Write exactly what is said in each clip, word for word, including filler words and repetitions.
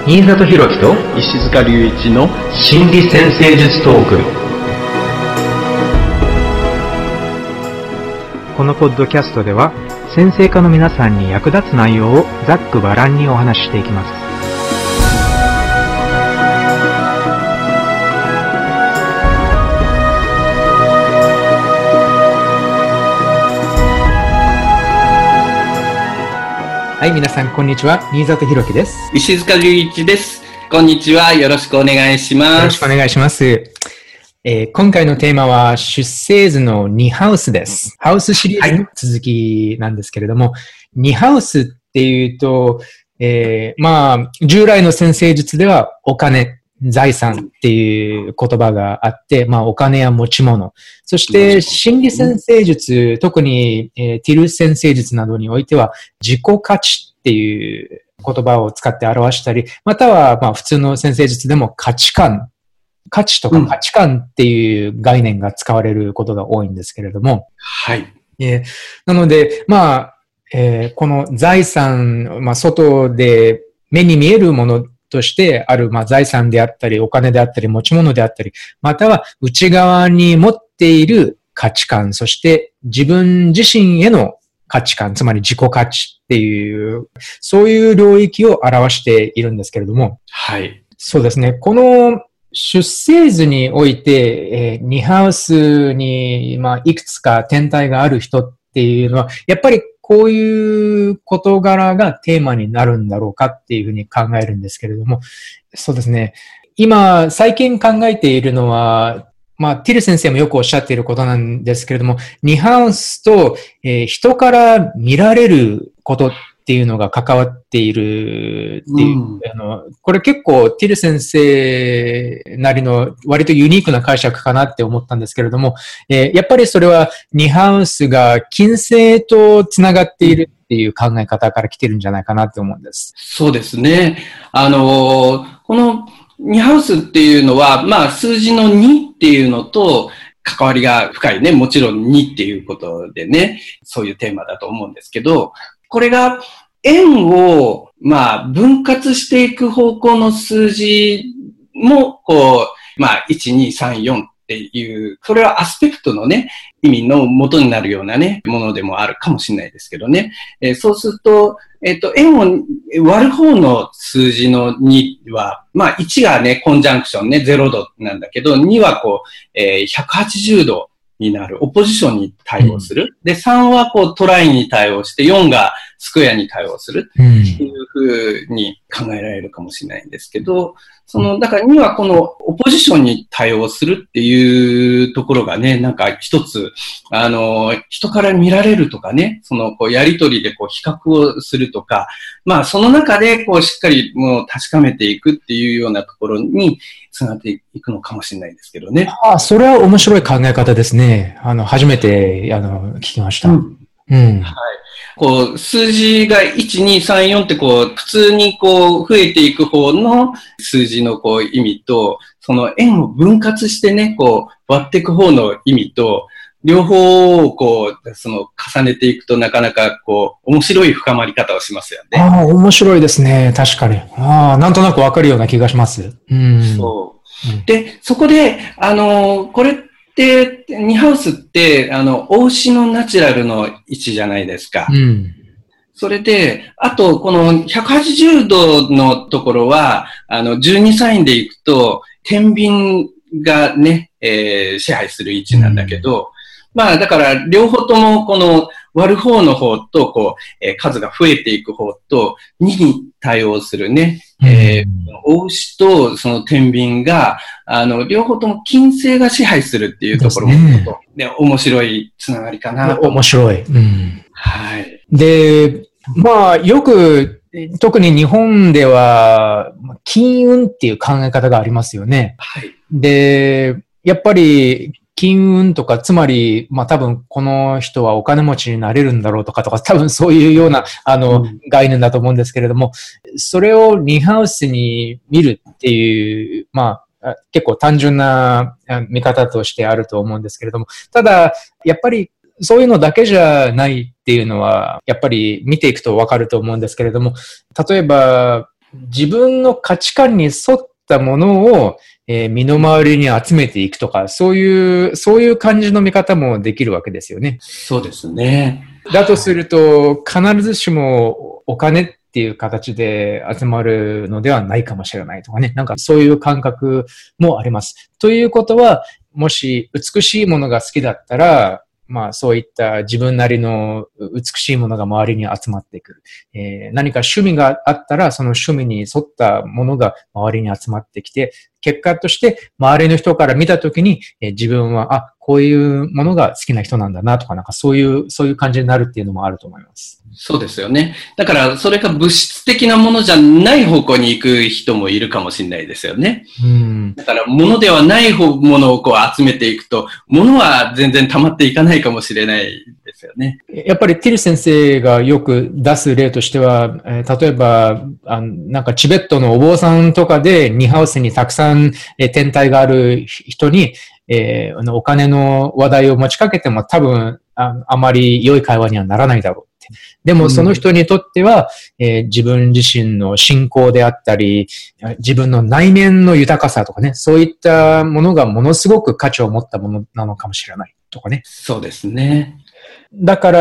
新里博樹と石塚隆一の心理先生術トーク。このポッドキャストでは先生科の皆さんに役立つ内容をざっくばらんにお話ししていきます。はい、皆さんこんにちは。新里博樹です。 石塚隆一です。こんにちは。よろしくお願いします。 よろしくお願いします。えー、今回のテーマは出生図のにハウスです。ハウスシリーズの続きなんですけれども、はい、にハウスっていうと、えー、まあ従来の先生術ではお金、財産っていう言葉があって、まあお金や持ち物。そして心理先生術、特に、えー、ティル先生術などにおいては自己価値っていう言葉を使って表したり、またはまあ普通の先生術でも価値観、価値とか価値観っていう概念が使われることが多いんですけれども。 はい。 えー、なので、まあ、えー、この財産、まあ外で目に見えるものとしてある、まあ、財産であったり、お金であったり、持ち物であったり、または内側に持っている価値観、そして自分自身への価値観、つまり自己価値っていう、そういう領域を表しているんですけれども。 はい。 そうですね。この出生図において、えー、にハウスに、まあ、いくつか天体がある人っていうのは、やっぱりこういう事柄がテーマになるんだろうかっていうふうに考えるんですけれども、そうですね。今、最近考えているのは、まあ、ティル先生もよくおっしゃっていることなんですけれども、にハウスと、えー、人から見られることっていうのが関わっているっていう、うん、あの、これ結構ティル先生なりの割とユニークな解釈かなって思ったんですけれども、えー、やっぱりそれはにハウスが金星とつながっているっていう考え方から来てるんじゃないかなって思うんです。 そうですね。あの、このにハウスっていうのは、まあ数字のにっていうのと関わりが深いね。もちろんにっていうことでね、そういうテーマだと思うんですけど、これが円をまあ分割していく方向の数字も、こう、まあいち、に、さん、よんっていう、それはアスペクトのね、意味の元になるようなね、ものでもあるかもしれないですけどね。えー、そうすると、えっと、円を割る方の数字のには、まあいちがね、コンジャンクションね、ゼロどなんだけど、にはこう、えー、ひゃくはちじゅうどになる、オポジションに対応する。うん、で、さんはこうトライに対応して、よんがスクエアに対応するっていうふうに考えられるかもしれないんですけど、その、だからにはこのオポジションに対応するっていうところがね、なんか一つ、あの、人から見られるとかね、その、こう、やりとりでこう、比較をするとか、まあ、その中でこう、しっかりもう確かめていくっていうようなところにつながっていくのかもしれないですけどね。 ああ、それは面白い考え方ですね。あの、初めて、あの、聞きました。うん。うん、 はい。こう、数字がいち、に、さん、よんってこう、普通にこう、増えていく方の数字のこう、意味と、その円を分割してね、こう、割っていく方の意味と、両方をこう、その、重ねていくとなかなかこう、面白い深まり方をしますよね。 ああ、面白いですね。確かに。ああ、なんとなくわかるような気がします。うん。 そう。うん、で、そこで、あの、これ、で、にハウスって、あの、お牛のナチュラルの位置じゃないですか。うん。それで、あと、このひゃくはちじゅうどのところは、あの、じゅうにサインでいくと、天秤がね、えー、支配する位置なんだけど、うん、まあ、だから、両方とも、この、割る方の方と、こう、えー、数が増えていく方と、にに対応するね、えー、お牛とその天秤が、あの、両方とも金星が支配するっていうところも、ね、で、面白いつながりかな。 面白い。うん。 はい。 で、まあ、よく、特に日本では、金運っていう考え方がありますよね。 はい。 で、やっぱり、金運とか、つまり、まあ多分この人はお金持ちになれるんだろうとかとか、多分そういうような、あの、うん、概念だと思うんですけれども、それをにハウスに見るっていう、まあ、結構単純な見方としてあると思うんですけれども、ただ、やっぱりそういうのだけじゃないっていうのは、やっぱり見ていくとわかると思うんですけれども、例えば、 自分の価値観に沿ったものを、えー、身の回りに集めていくとか、そういう、そういう感じの見方もできるわけですよね。 そうですね。 だとすると、必ずしもお金っていう形で集まるのではないかもしれないとかね。なんかそういう感覚もあります。ということは、もし美しいものが好きだったら、まあそういった自分なりの美しいものが周りに集まってくる。えー、何か趣味があったら、その趣味に沿ったものが周りに集まってきて、結果として周りの人から見たときに、えー、自分は、あ、こういうものが好きな人なんだなとか、なんかそういう、そういう感じになるっていうのもあると思います。 そうですよね。だから、それが物質的なものじゃない方向に行く人もいるかもしれないですよね。 うん、 だから、ものではないものをこう集めていくと、ものは全然溜まっていかないかもしれないですよね。 やっぱりティル先生がよく出す例としては、えー、例えばあの、なんかチベットのお坊さんとかでニハウスにたくさん、えー、天体がある人に、えー、あのお金の話題を持ちかけても多分 あ, あまり良い会話にはならないだろう。でもその人にとっては、えー、自分自身の信仰であったり、自分の内面の豊かさとかね、そういったものがものすごく価値を持ったものなのかもしれないとかね。 そうですね。 だから、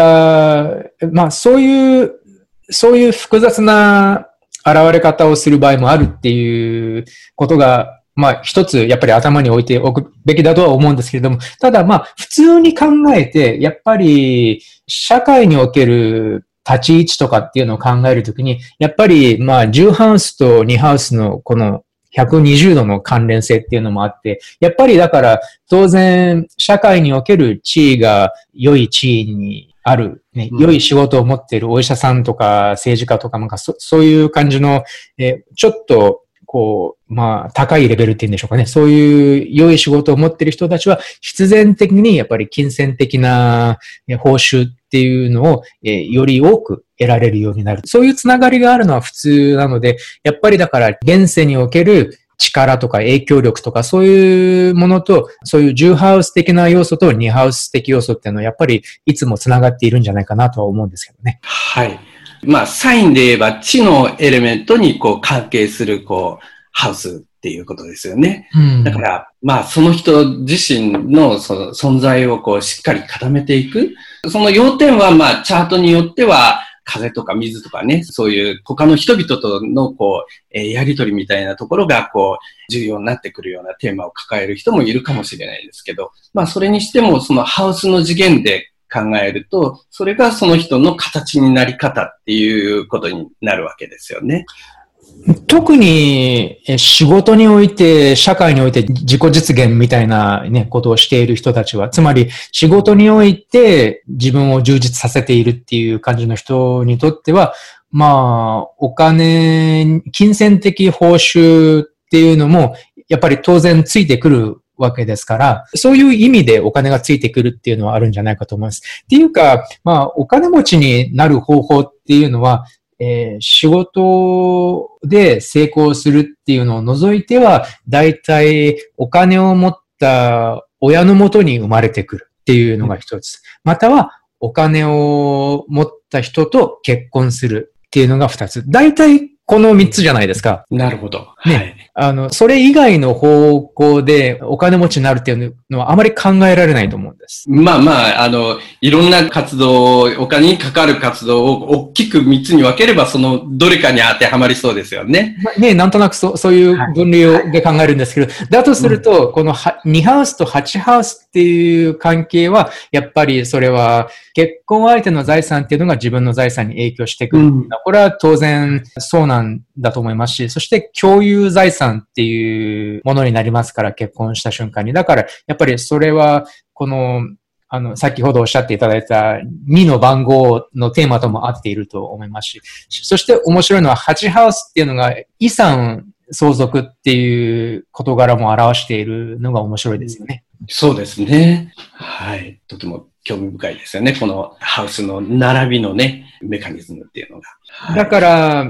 まあそういう、そういう複雑な現れ方をする場合もあるっていうことが、まあ一つやっぱり頭に置いておくべきだとは思うんですけれども、ただまあ普通に考えて、やっぱり社会における立ち位置とかっていうのを考えるときに、やっぱりまあじゅうハウスとにハウスのこのひゃくにじゅうどの関連性っていうのもあって、やっぱりだから当然社会における地位が良い地位にある、ね、良い仕事を持っているお医者さんとか政治家とかなんか そ, そういう感じの、えー、ちょっとこう、まあ、高いレベルっていうんでしょうかね。そういう良い仕事を持っている人たちは、必然的にやっぱり金銭的な報酬っていうのを、えー、より多く得られるようになる。そういうつながりがあるのは普通なので、やっぱりだから現世における力とか影響力とかそういうものと、そういうじゅうハウス的な要素とにハウス的要素っていうのはやっぱりいつもつながっているんじゃないかなとは思うんですけどね。 はい。まあ、サインで言えば、地のエレメントにこう関係する、こう、ハウスっていうことですよね。うん、だから、まあ、その人自身のその存在をこう、しっかり固めていく。その要点は、まあ、チャートによっては、風とか水とかね、そういう他の人々とのこう、えー、やりとりみたいなところがこう、重要になってくるようなテーマを抱える人もいるかもしれないですけど、まあ、それにしても、そのハウスの次元で考えると、それがその人の形になり方っていうことになるわけですよね。 特に仕事において、社会において自己実現みたいなね、ことをしている人たちは、つまり仕事において自分を充実させているっていう感じの人にとっては、まあ、お金、金銭的報酬っていうのも、やっぱり当然ついてくるわけですから、そういう意味でお金がついてくるっていうのはあるんじゃないかと思います。っていうか、まあ、お金持ちになる方法っていうのは、えー、仕事で成功するっていうのを除いては、だいたいお金を持った親のもとに生まれてくるっていうのが一つ。または、お金を持った人と結婚するっていうのが二つ。だいたいこの三つじゃないですか。 なるほど。 ね。 はい。 あの、それ以外の方向でお金持ちになるっていうのはあまり考えられないと思うんです。 まあまあ、あの、いろんな活動、お金にかかる活動を大きく三つに分ければ、そのどれかに当てはまりそうですよね。 まあ、ね、なんとなくそそういう分類をで考えるんですけど、はい、だとすると、うん、このにハウスとはちハウスっていう関係は、やっぱりそれは結婚相手の財産っていうのが自分の財産に影響してくる。うん、これは当然そうなんだと思いますし、そして共有財産っていうものになりますから、結婚した瞬間に。だから、やっぱりそれは、この、あの、先ほどおっしゃっていただいたにの番号のテーマとも合っていると思いますし、そして面白いのははちハウスっていうのが遺産相続っていう事柄も表しているのが面白いですよね。 そうですね。はい。とても興味深いですよね。このハウスの並びのね、メカニズムっていうのが。 はい、だから、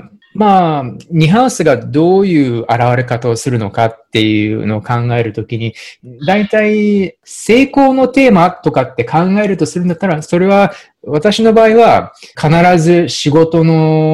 まあ、にハウスがどういう現れ方をするのかっていうのを考えるときに、だいたい成功のテーマとかって考えるとするんだったら、それは私の場合は必ず仕事の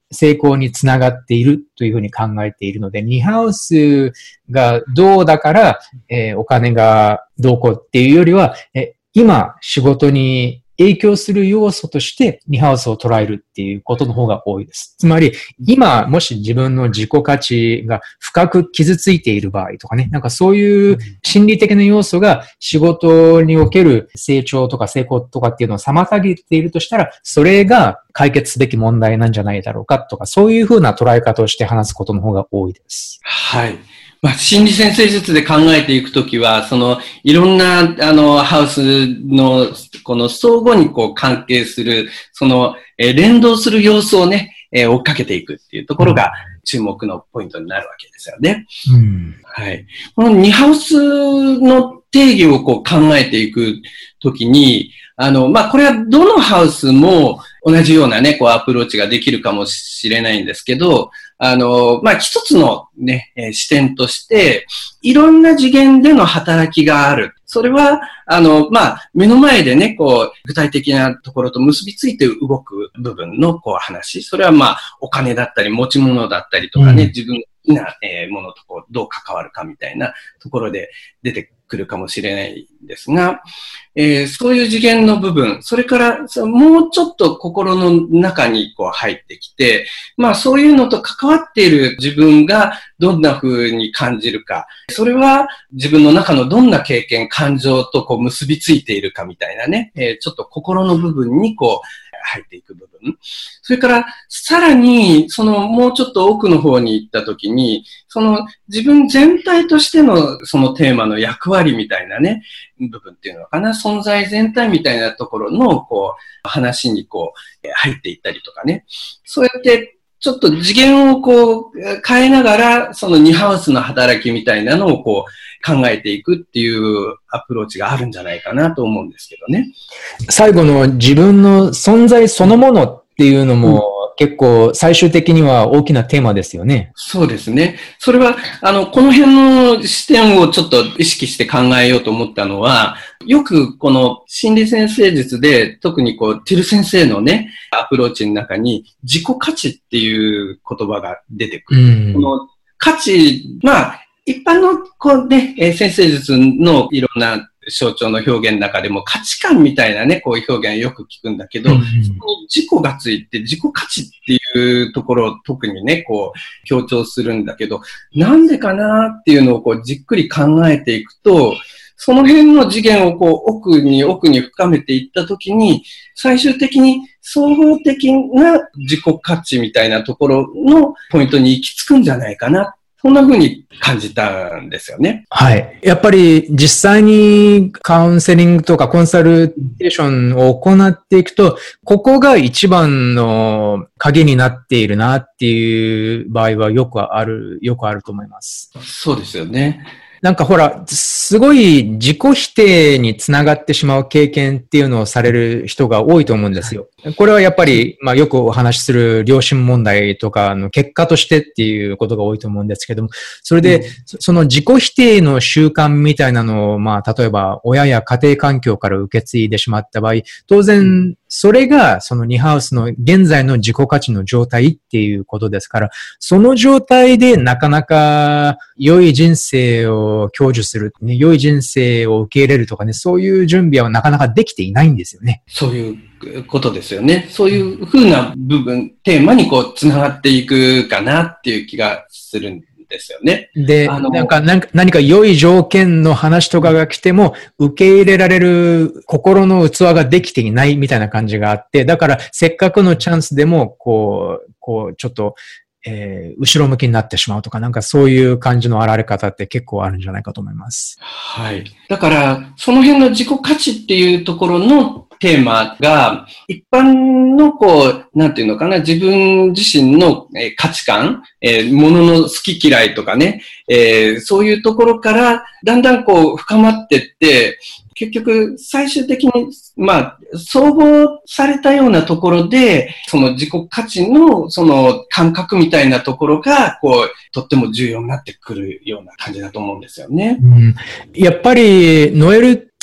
成功につながっているというふうに考えているので、ニハウスがどうだから、えー、お金がどうこうっていうよりは、え今仕事に影響する要素としてニハウスを捉えるっていうことの方が多いです。つまり、今もし自分の自己価値が深く傷ついている場合とかね、なんかそういう心理的な要素が仕事における成長とか成功とかっていうのを妨げているとしたら、それが解決すべき問題なんじゃないだろうかとか、そういうふうな捉え方をして話すことの方が多いです。 はい。まあ、心理先生術で考えていくときは、その、いろんな、あの、ハウスの、この相互にこう関係する、その、えー、連動する要素をね、えー、追っかけていくっていうところが注目のポイントになるわけですよね。 うん、 はい。このニハウスの定義をこう考えていくときに、あの、まあ、これはどのハウスも同じようなね、こうアプローチができるかもしれないんですけど、あの、まあ、一つのね、えー、視点として、いろんな次元での働きがある。それは、あの、まあ、目の前でね、こう、具体的なところと結びついて動く部分の、こう、話。それはまあ、お金だったり、持ち物だったりとかね、うん、自分の好きな、えー、ものとこう、どう関わるかみたいなところで出てくるかもしれないんですが、えー、そういう次元の部分、それからもうちょっと心の中にこう入ってきて、まあそういうのと関わっている自分がどんな風に感じるか、それは自分の中のどんな経験、感情とこう結びついているかみたいなね、えー、ちょっと心の部分にこう入っていく部分。それからさらにそのもうちょっと奥の方に行ったときに、その自分全体としてのそのテーマの役割みたいなね、部分っていうのかな、存在全体みたいなところのこう話にこう入っていったりとかね。そうやってちょっと次元をこう変えながら、そのニハウスの働きみたいなのをこう考えていくっていうアプローチがあるんじゃないかなと思うんですけどね。 最後の自分の存在そのものっていうのも、うん、結構最終的には大きなテーマですよね。 そうですね。それは、あの、この辺の視点をちょっと意識して考えようと思ったのは、よくこの心理先生術で、特にこう、ティル先生のね、アプローチの中に自己価値っていう言葉が出てくる。うん、この価値、まあ、一般のこうね、先生術のいろんな象徴の表現の中でも価値観みたいなね、こういう表現よく聞くんだけど、うん、そこに自己がついて自己価値っていうところを特にね、こう強調するんだけど、なんでかなっていうのをこうじっくり考えていくと、その辺の次元をこう奥に奥に深めていったときに、最終的に総合的な自己価値みたいなところのポイントに行き着くんじゃないかな。そんな風に感じたんですよね。 はい。やっぱり実際にカウンセリングとかコンサルテーションを行っていくと、ここが一番の鍵になっているなっていう場合はよくある、よくあると思います。 そうですよね。 なんかほら、すごい自己否定につながってしまう経験っていうのをされる人が多いと思うんですよ。これはやっぱり、まあよくお話しする良心問題とかの結果としてっていうことが多いと思うんですけども、それで、うん、その自己否定の習慣みたいなのを、まあ例えば親や家庭環境から受け継いでしまった場合、当然、それがそのニハウスの現在の自己価値の状態っていうことですから、その状態でなかなか良い人生を享受する、ね、良い人生を受け入れるとかね、そういう準備はなかなかできていないんですよね。 そういうことですよね。そういうふうな部分、テーマにこうつながっていくかなっていう気がするんですよね。 で、なんか、なんか何か良い条件の話とかが来ても、受け入れられる心の器ができていないみたいな感じがあって、だからせっかくのチャンスでも、こう、こう、ちょっと、えー、後ろ向きになってしまうとか、なんかそういう感じの現れ方って結構あるんじゃないかと思います。 はい。だから、その辺の自己価値っていうところのテーマが、一般のこう、なんていうのかな、自分自身の、えー、価値観、えー、物の好き嫌いとかね、えー、そういうところから、だんだんこう、深まってって、結局、最終的に、まあ、総合されたようなところで、その自己価値の、その感覚みたいなところが、こう、とっても重要になってくるような感じだと思うんですよね。 うん、やっぱり、ノエル・テ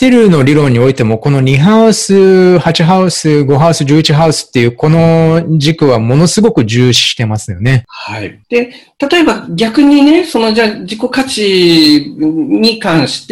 テルの理論においても、このにハウス、はちハウス、ごハウス、じゅういちハウスっていう、この軸はものすごく重視してますよね。 はい。で、例えば逆にね、そのじゃあ自己価値に関して、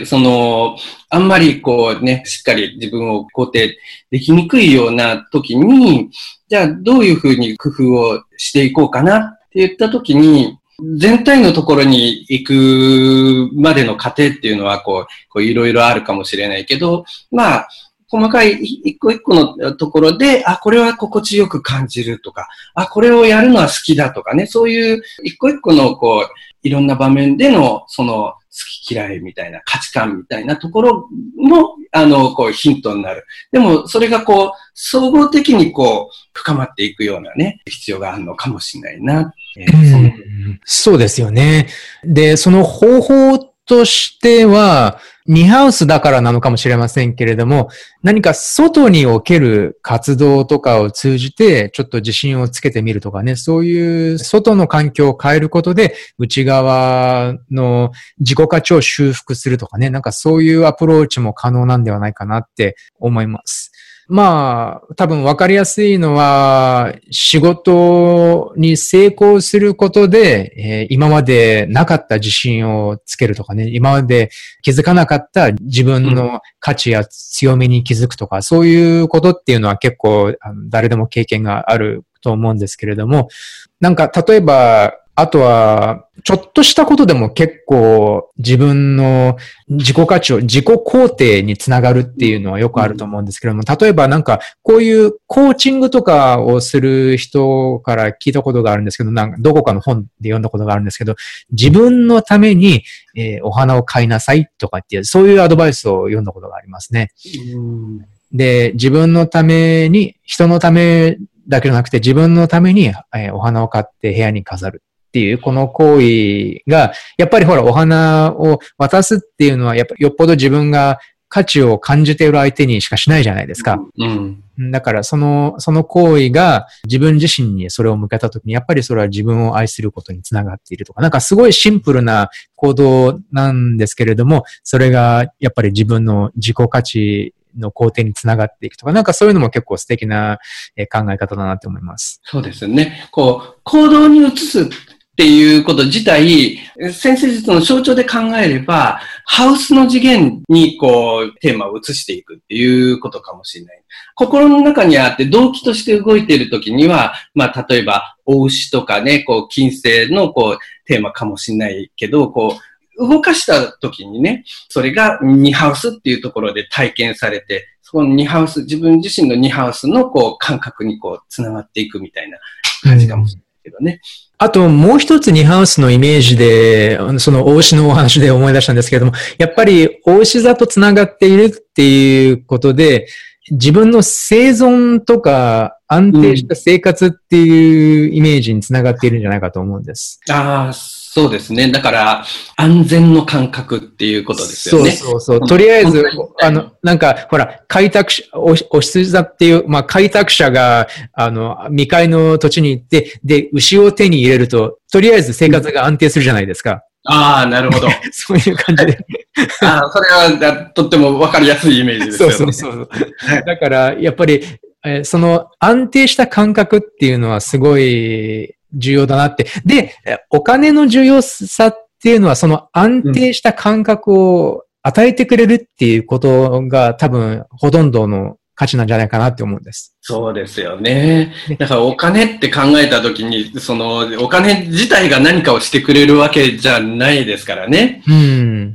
その、あんまりこうね、しっかり自分を肯定できにくいような時に、じゃあどういうふうに工夫をしていこうかなって言った時に、全体のところに行くまでの過程っていうのは、こう、こういろいろあるかもしれないけど、まあ、細かい一個一個のところで、あ、これは心地よく感じるとか、あ、これをやるのは好きだとかね、そういう一個一個の、こう、いろんな場面での、その、好き嫌いみたいな価値観みたいなところも、あの、こう、ヒントになる。でも、それがこう、総合的にこう、深まっていくようなね、必要があるのかもしれないな。えー、 うん、そうですよね。で、その方法としては、にハウスだからなのかもしれませんけれども、何か外における活動とかを通じて、ちょっと自信をつけてみるとかね、そういう外の環境を変えることで、内側の自己価値を修復するとかね、なんかそういうアプローチも可能なんではないかなって思います。まあ、多分分かりやすいのは、仕事に成功することで、えー、今までなかった自信をつけるとかね、今まで気づかなかった自分の価値や強みに気づくとか、そういうことっていうのは結構誰でも経験があると思うんですけれども、なんか例えば、あとは、ちょっとしたことでも結構自分の自己価値を自己肯定につながるっていうのはよくあると思うんですけれども、例えばなんかこういうコーチングとかをする人から聞いたことがあるんですけど、なんかどこかの本で読んだことがあるんですけど、自分のために、えー、お花を買いなさいとかっていう、そういうアドバイスを読んだことがありますね。で、自分のために、人のためだけじゃなくて自分のために、えー、お花を買って部屋に飾る。っていう、この行為が、やっぱりほら、お花を渡すっていうのは、やっぱよっぽど自分が価値を感じている相手にしかしないじゃないですか。うんうん、だから、その、その行為が自分自身にそれを向けたときに、やっぱりそれは自分を愛することにつながっているとか、なんかすごいシンプルな行動なんですけれども、それがやっぱり自分の自己価値の肯定につながっていくとか、なんかそういうのも結構素敵な考え方だなって思います。 そうですね。こう、行動に移すっていうこと自体、先生術の象徴で考えれば、ハウスの次元にこう、テーマを移していくっていうことかもしれない。心の中にあって動機として動いているときには、まあ、例えば、お牛とかね、こう、金星のこう、テーマかもしれないけど、こう、動かしたときにね、それがにハウスっていうところで体験されて、そこのにハウス、自分自身のにハウスのこう、感覚にこう、つながっていくみたいな感じかもしれないけどね。うんあと、もう一つにハウスのイメージで、その大牛のお話で思い出したんですけれども、やっぱり大牛座とつながっているっていうことで、自分の生存とか安定した生活っていうイメージにつながっているんじゃないかと思うんです。 うん、ああ、そうですね。だから、安全の感覚っていうことですよね。 そうそうそう。とりあえず、あの、なんか、ほら、開拓者、お、お羊座っていう、まあ、開拓者が、あの、未開の土地に行って、で、牛を手に入れると、とりあえず生活が安定するじゃないですか。 うん、ああ、なるほど。 そういう感じで。 ああ、それは、とってもわかりやすいイメージですよね。 そうそうそう。だから、やっぱり、えー、その安定した感覚っていうのはすごい、重要だなって。で、お金の重要さっていうのは、その安定した感覚を与えてくれるっていうことが多分、ほとんどの価値なんじゃないかなって思うんです。 そうですよね。だからお金って考えたときに、その、お金自体が何かをしてくれるわけじゃないですからね。うん。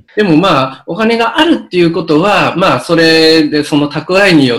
でもまあ、お金があるっていうことは、まあ、それでその蓄えによって、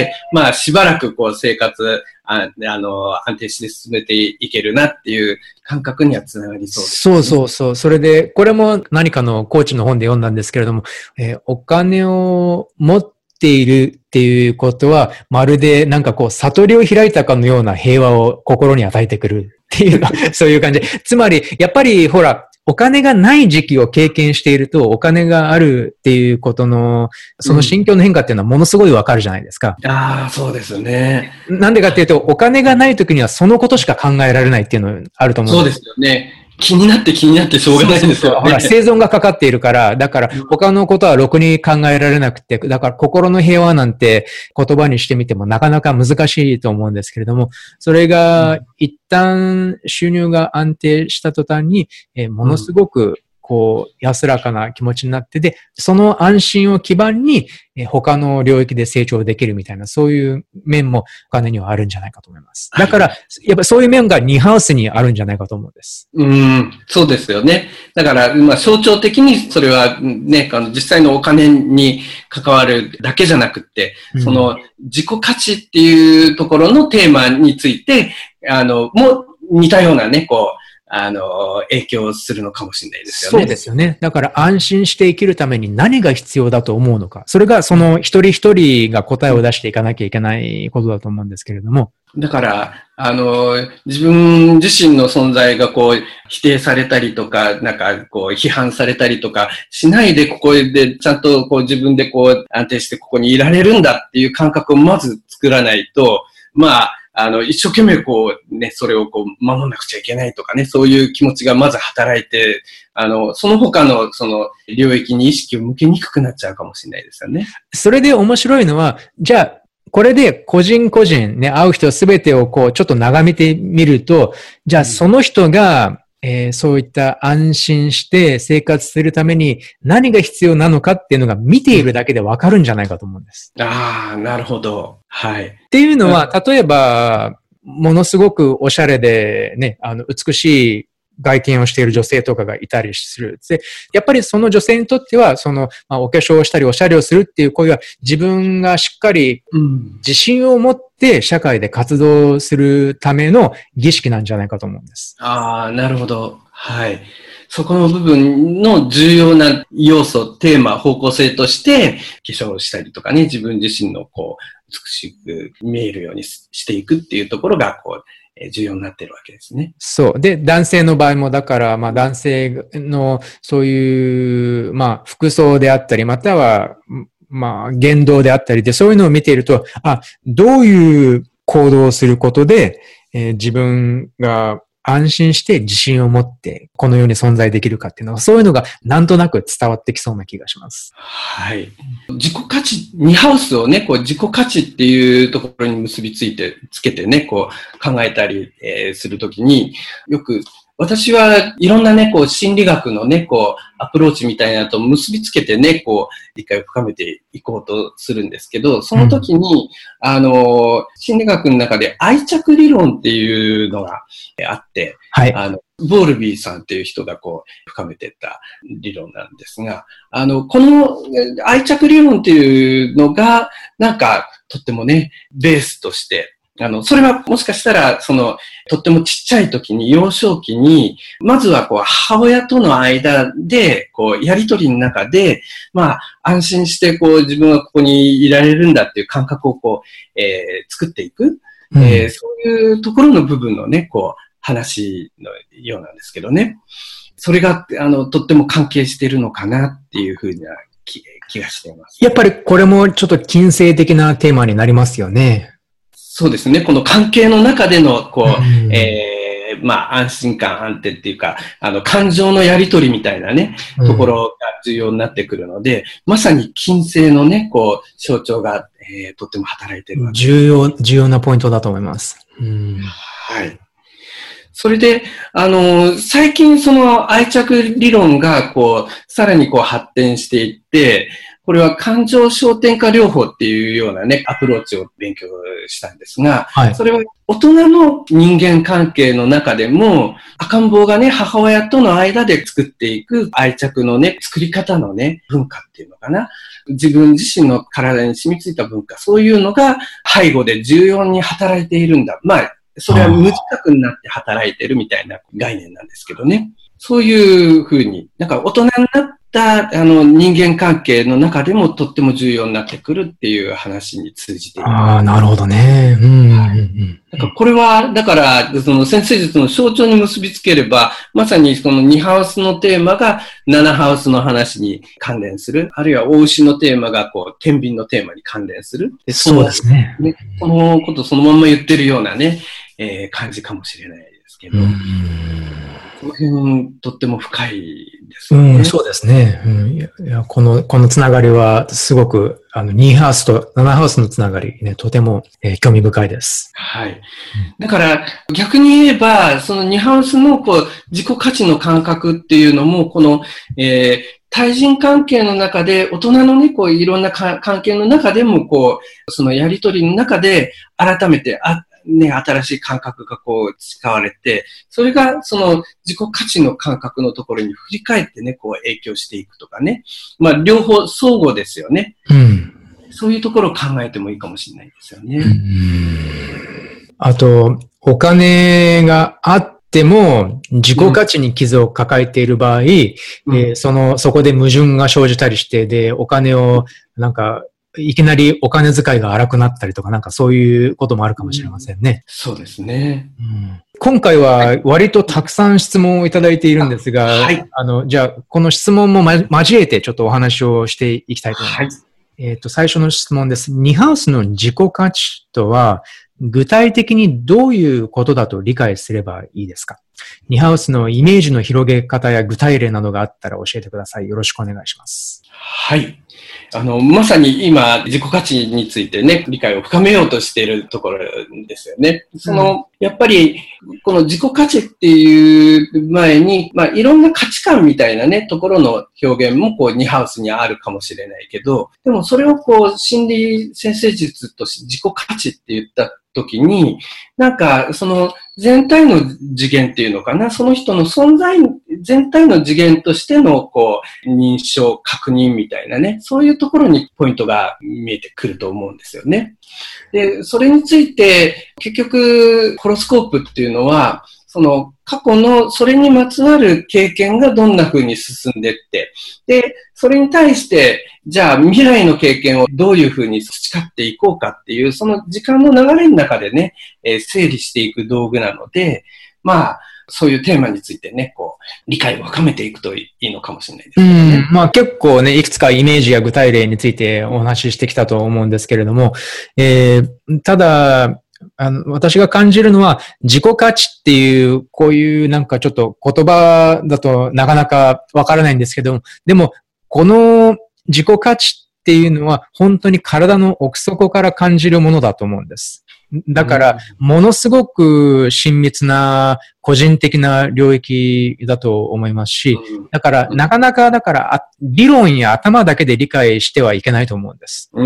まあ、しばらくこう生活、あ, あの、安定して進めていけるなっていう感覚にはつながりそうです、 ね。そうそうそう。それで、これも何かのコーチの本で読んだんですけれども、えー、お金を持っているっていうことは、まるでなんかこう、悟りを開いたかのような平和を心に与えてくるっていうの、そういう感じ。つまり、やっぱりほら、お金がない時期を経験していると、お金があるっていうことの、その心境の変化っていうのはものすごいわかるじゃないですか。 うん、ああ、そうですね。 なんでかっていうと、お金がない時にはそのことしか考えられないっていうのがあると思うんです。 そうですよね。 気になって気になってしょうがないんですよね。 ほら、生存がかかっているから、だから他のことはろくに考えられなくて、だから心の平和なんて言葉にしてみてもなかなか難しいと思うんですけれども、それが一旦収入が安定した途端に、えー、ものすごくこう、安らかな気持ちになって、で、その安心を基盤に、え他の領域で成長できるみたいな、そういう面もお金にはあるんじゃないかと思います。だから、はい、やっぱそういう面がニハウスにあるんじゃないかと思うんです。 うん、そうですよね。だから、まあ、象徴的にそれはね、あの、実際のお金に関わるだけじゃなくって、うん、その、自己価値っていうところのテーマについて、あの、もう似たようなね、こう、あの、影響するのかもしれないですよね。 そうですよね。だから安心して生きるために何が必要だと思うのか。それがその一人一人が答えを出していかなきゃいけないことだと思うんですけれども。 だから、あの、自分自身の存在がこう、否定されたりとか、なんかこう、批判されたりとかしないで、ここでちゃんとこう自分でこう、安定してここにいられるんだっていう感覚をまず作らないと、まあ、あの、一生懸命こう、ね、それをこう、守んなくちゃいけないとかね、そういう気持ちがまず働いて、あの、その他の、その、領域に意識を向けにくくなっちゃうかもしれないですよね。 それで面白いのは、じゃあ、これで個人個人ね、会う人すべてをこう、ちょっと眺めてみると、じゃあその人が、えー、そういった安心して生活するために何が必要なのかっていうのが見ているだけでわかるんじゃないかと思うんです。 ああ、なるほど。はい。っていうのは、例えば、ものすごくおしゃれでね、あの、美しい外見をしている女性とかがいたりする。で、やっぱりその女性にとっては、その、まあ、お化粧をしたりおしゃれをするっていう行為は自分がしっかり自信を持って社会で活動するための儀式なんじゃないかと思うんです。 ああ、なるほど。はい。そこの部分の重要な要素、テーマ、方向性として、化粧をしたりとかね、自分自身のこう、美しく見えるようにしていくっていうところが、こう、重要になっているわけですね。 そう。で、男性の場合も、だから、まあ男性のそういう、まあ服装であったり、または、まあ言動であったりで、そういうのを見ていると、あ、どういう行動をすることで、えー、自分が安心して自信を持ってこの世に存在できるかっていうのは、そういうのがなんとなく伝わってきそうな気がします。 はい。自己価値、ニハウスをね、こう自己価値っていうところに結びついて、つけてね、こう考えたり、えー、するときに、よく私はいろんなね、こう心理学のね、こうアプローチみたいなのと結びつけてね、こう理解を深めていこうとするんですけど、その時に、うん、あの、心理学の中で愛着理論っていうのがあって、はい、あの、ボールビーさんっていう人がこう深めていった理論なんですが、あの、この愛着理論っていうのが、なんかとってもね、ベースとして、あの、それはもしかしたら、その、とってもちっちゃい時に、幼少期に、まずはこう、母親との間で、こう、やりとりの中で、まあ、安心してこう、自分はここにいられるんだっていう感覚をこう、えー、作っていく、うん、えー、そういうところの部分のね、こう、話のようなんですけどね。それが、あの、とっても関係しているのかなっていうふうな気、気がしています。 やっぱりこれもちょっと近世的なテーマになりますよね。 そうですね。この関係の中での、こう、うん、えー、まあ、安心感、安定っていうか、あの、感情のやり取りみたいなね、ところが重要になってくるので、うん、まさに近世のね、こう、象徴が、えー、とっても働いているわけです。 重要、重要なポイントだと思います。うん、 はい。それで、あの、最近その愛着理論が、こう、さらにこう発展していって、これは感情焦点化療法っていうようなね、アプローチを勉強したんですが、はい、それは大人の人間関係の中でも、赤ん坊がね、母親との間で作っていく愛着のね、作り方のね、文化っていうのかな。自分自身の体に染みついた文化、そういうのが背後で重要に働いているんだ。まあ、それは無自覚になって働いてるみたいな概念なんですけどね。そういうふうに、なんか大人になったあの人間関係の中でもとっても重要になってくるっていう話に通じている。 ああ、なるほどね。うんうんうん。 だからこれは、だから、その先生術の象徴に結びつければ、まさにそのにハウスのテーマがななハウスの話に関連する。あるいは大牛のテーマがこう、天秤のテーマに関連する。 そうですね。 ね、このことそのまんま言ってるようなね、えー、感じかもしれないですけど。うん、 この辺、とっても深いですよね。 うん、そうですね。うん、いやいやこの、このつながりは、すごく、あの、にハウスとななハウスのつながり、ね、とても、えー、興味深いです。 はい。だから、逆に言えば、そのにハウスの、こう、自己価値の感覚っていうのも、この、えー、対人関係の中で、大人のね、こう、いろんな関係の中でも、こう、そのやりとりの中で、改めて、あ、ね、新しい感覚がこう使われて、それがその自己価値の感覚のところに振り返ってね、こう影響していくとかね。まあ両方相互ですよね。うん。そういうところを考えてもいいかもしれないですよね。うん、 あと、お金があっても自己価値に傷を抱えている場合、うんえー、その、そこで矛盾が生じたりして、で、お金をなんか、いきなりお金遣いが荒くなったりとか、なんかそういうこともあるかもしれませんね。うん、 そうですね、 うん。今回は割とたくさん質問をいただいているんですが、はい、あの、じゃあ、この質問も、ま、交えてちょっとお話をしていきたいと思います。はい、えっと、最初の質問です。にハウスの自己価値とは、具体的にどういうことだと理解すればいいですか？にハウスのイメージの広げ方や具体例などがあったら教えてください。よろしくお願いします。 はい。あの、まさに今、自己価値についてね、理解を深めようとしているところですよね。その、うん、やっぱり、この自己価値っていう前に、まあ、いろんな価値観みたいなね、ところの表現も、こう、にハウスにあるかもしれないけど、でもそれをこう、心理先生術として自己価値って言った時に、なんか、その全体の次元っていうのかな、その人の存在、全体の次元としての、こう、認証、確認みたいなね、そういうところにポイントが見えてくると思うんですよね。で、それについて、結局、ホロスコープっていうのは、その過去のそれにまつわる経験がどんな風に進んでいって、で、それに対して、じゃあ未来の経験をどういう風に培っていこうかっていう、その時間の流れの中でね、えー、整理していく道具なので、まあ、そういうテーマについてね、こう、理解を深めていくといいのかもしれないですね。 うん、まあ結構ね、いくつかイメージや具体例についてお話ししてきたと思うんですけれども、えー、ただ、あの、私が感じるのは、自己価値っていう、こういうなんかちょっと言葉だとなかなかわからないんですけども、でも、この自己価値っていうのは本当に体の奥底から感じるものだと思うんです。だから、ものすごく親密な個人的な領域だと思いますし、だから、なかなか、だから、理論や頭だけで理解してはいけないと思うんです。 うん。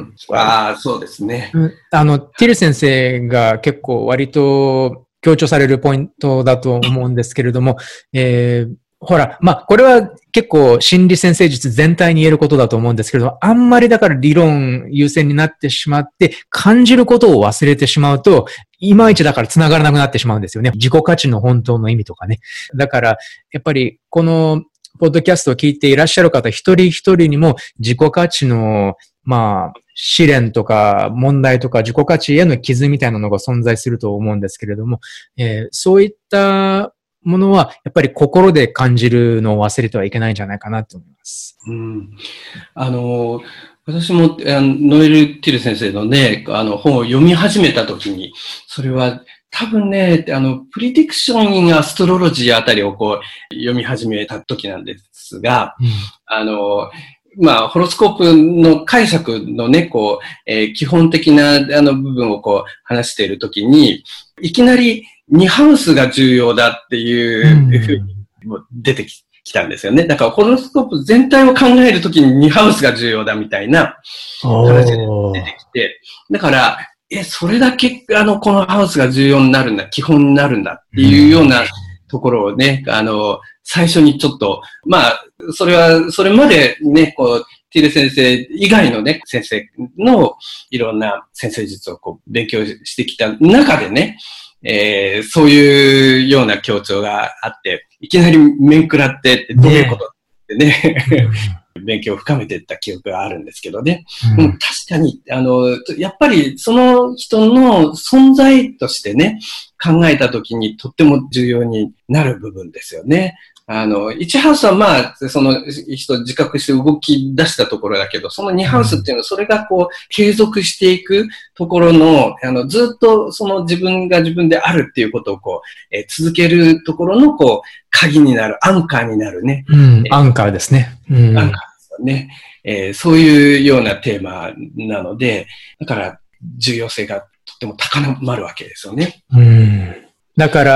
ああ、そうですね。 あの、ティル先生が結構割と強調されるポイントだと思うんですけれども、えーほら、まあ、これは結構心理先生術全体に言えることだと思うんですけど、あんまりだから理論優先になってしまって、感じることを忘れてしまうと、いまいちだから繋がらなくなってしまうんですよね。自己価値の本当の意味とかね。だから、やっぱりこのポッドキャストを聞いていらっしゃる方一人一人にも自己価値の、まあ、試練とか問題とか自己価値への傷みたいなのが存在すると思うんですけれども、えー、そういったものは、やっぱり心で感じるのを忘れてはいけないんじゃないかなと思います。 うん。あの、私も、あのノエル・ティル先生のね、あの、本を読み始めたときに、それは多分ね、あの、プリディクション・イン・アストロロジーあたりをこう、読み始めた時なんですが、うん、あの、まあ、ホロスコープの解釈のね、こう、えー、基本的な、あの、部分をこう、話しているときに、いきなり、にハウスが重要だっていうふうに出てきたんですよね。だからホロスコープ全体を考えるときににハウスが重要だみたいな話で出てきて、だから、え、それだけあの、このハウスが重要になるんだ、基本になるんだっていうようなところをね、あの、最初にちょっと、まあ、それは、それまでね、こう、ティル先生以外のね、先生のいろんな先生術をこう、勉強してきた中でね、えー、そういうような強調があって、いきなり面食らってってどういうことってね、ね勉強を深めていった記憶があるんですけどね。うん、確かに、あの、やっぱりその人の存在としてね、考えたときにとっても重要になる部分ですよね。 あの、いちハウスはまあ、その人自覚して動き出したところだけど、そのにハウスっていうのはそれがこう、継続していくところの、あの、ずっとその自分が自分であるっていうことをこう、えー、続けるところのこう、鍵になる、アンカーになるね。 うん、アンカーですね。 うん、アンカーですよね。えー、そういうようなテーマなので、だから重要性がとっても高まるわけですよね。 うん、だから、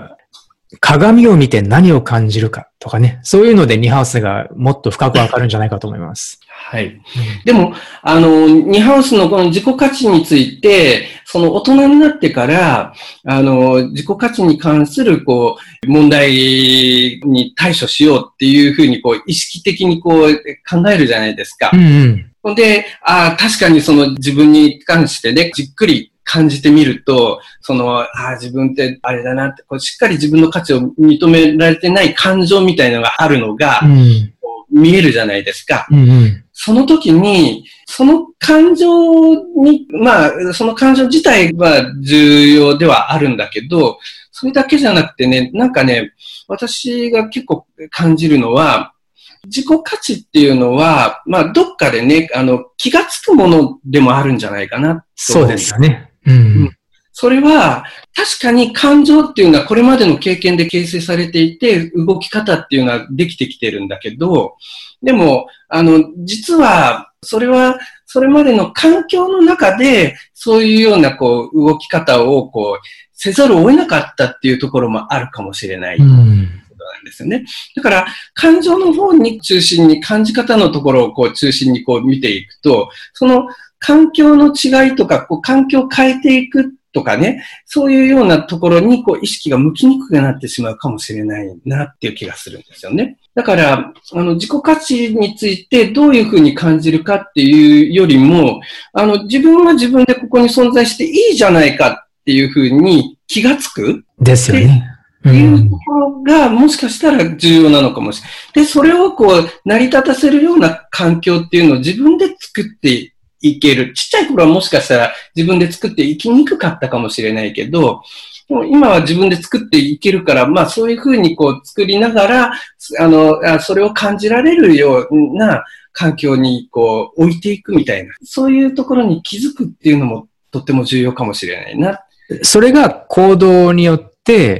鏡を見て何を感じるかとかね、そういうのでにハウスがもっと深くわかるんじゃないかと思います。 はい。うん、でも、あの、にハウスのこの自己価値について、その大人になってから、あの、自己価値に関する、こう、問題に対処しようっていうふうに、こう、意識的にこう、考えるじゃないですか。うんうん、で、ああ、確かにその自分に関してね、じっくり感じてみると、その、ああ、自分ってあれだなって、こうしっかり自分の価値を認められてない感情みたいなのがあるのが、うん、見えるじゃないですか。うんうん、その時に、その感情に、まあ、その感情自体は重要ではあるんだけど、それだけじゃなくてね、なんかね、私が結構感じるのは、自己価値っていうのは、まあ、どっかでね、あの、気がつくものでもあるんじゃないかなと。 そうですよね。うん。うん、 それは、確かに感情っていうのはこれまでの経験で形成されていて、動き方っていうのはできてきてるんだけど、でも、あの、実は、それは、それまでの環境の中で、そういうような、こう、動き方を、こう、せざるを得なかったっていうところもあるかもしれない。うんなんですよね。だから、感情の方に中心に、感じ方のところをこう中心にこう見ていくと、その環境の違いとか、こう環境を変えていくとかね、そういうようなところにこう意識が向きにくくなってしまうかもしれないなっていう気がするんですよね。だから、あの、自己価値についてどういうふうに感じるかっていうよりも、あの、自分は自分でここに存在していいじゃないかっていうふうに気がつく。 ですよね。 っていうところがもしかしたら重要なのかもしれない。で、それをこう、成り立たせるような環境っていうのを自分で作っていける。ちっちゃい頃はもしかしたら自分で作っていきにくかったかもしれないけど、でも今は自分で作っていけるから、まあそういうふうにこう作りながら、あの、それを感じられるような環境にこう置いていくみたいな、そういうところに気づくっていうのもとっても重要かもしれないな。 それが行動によって、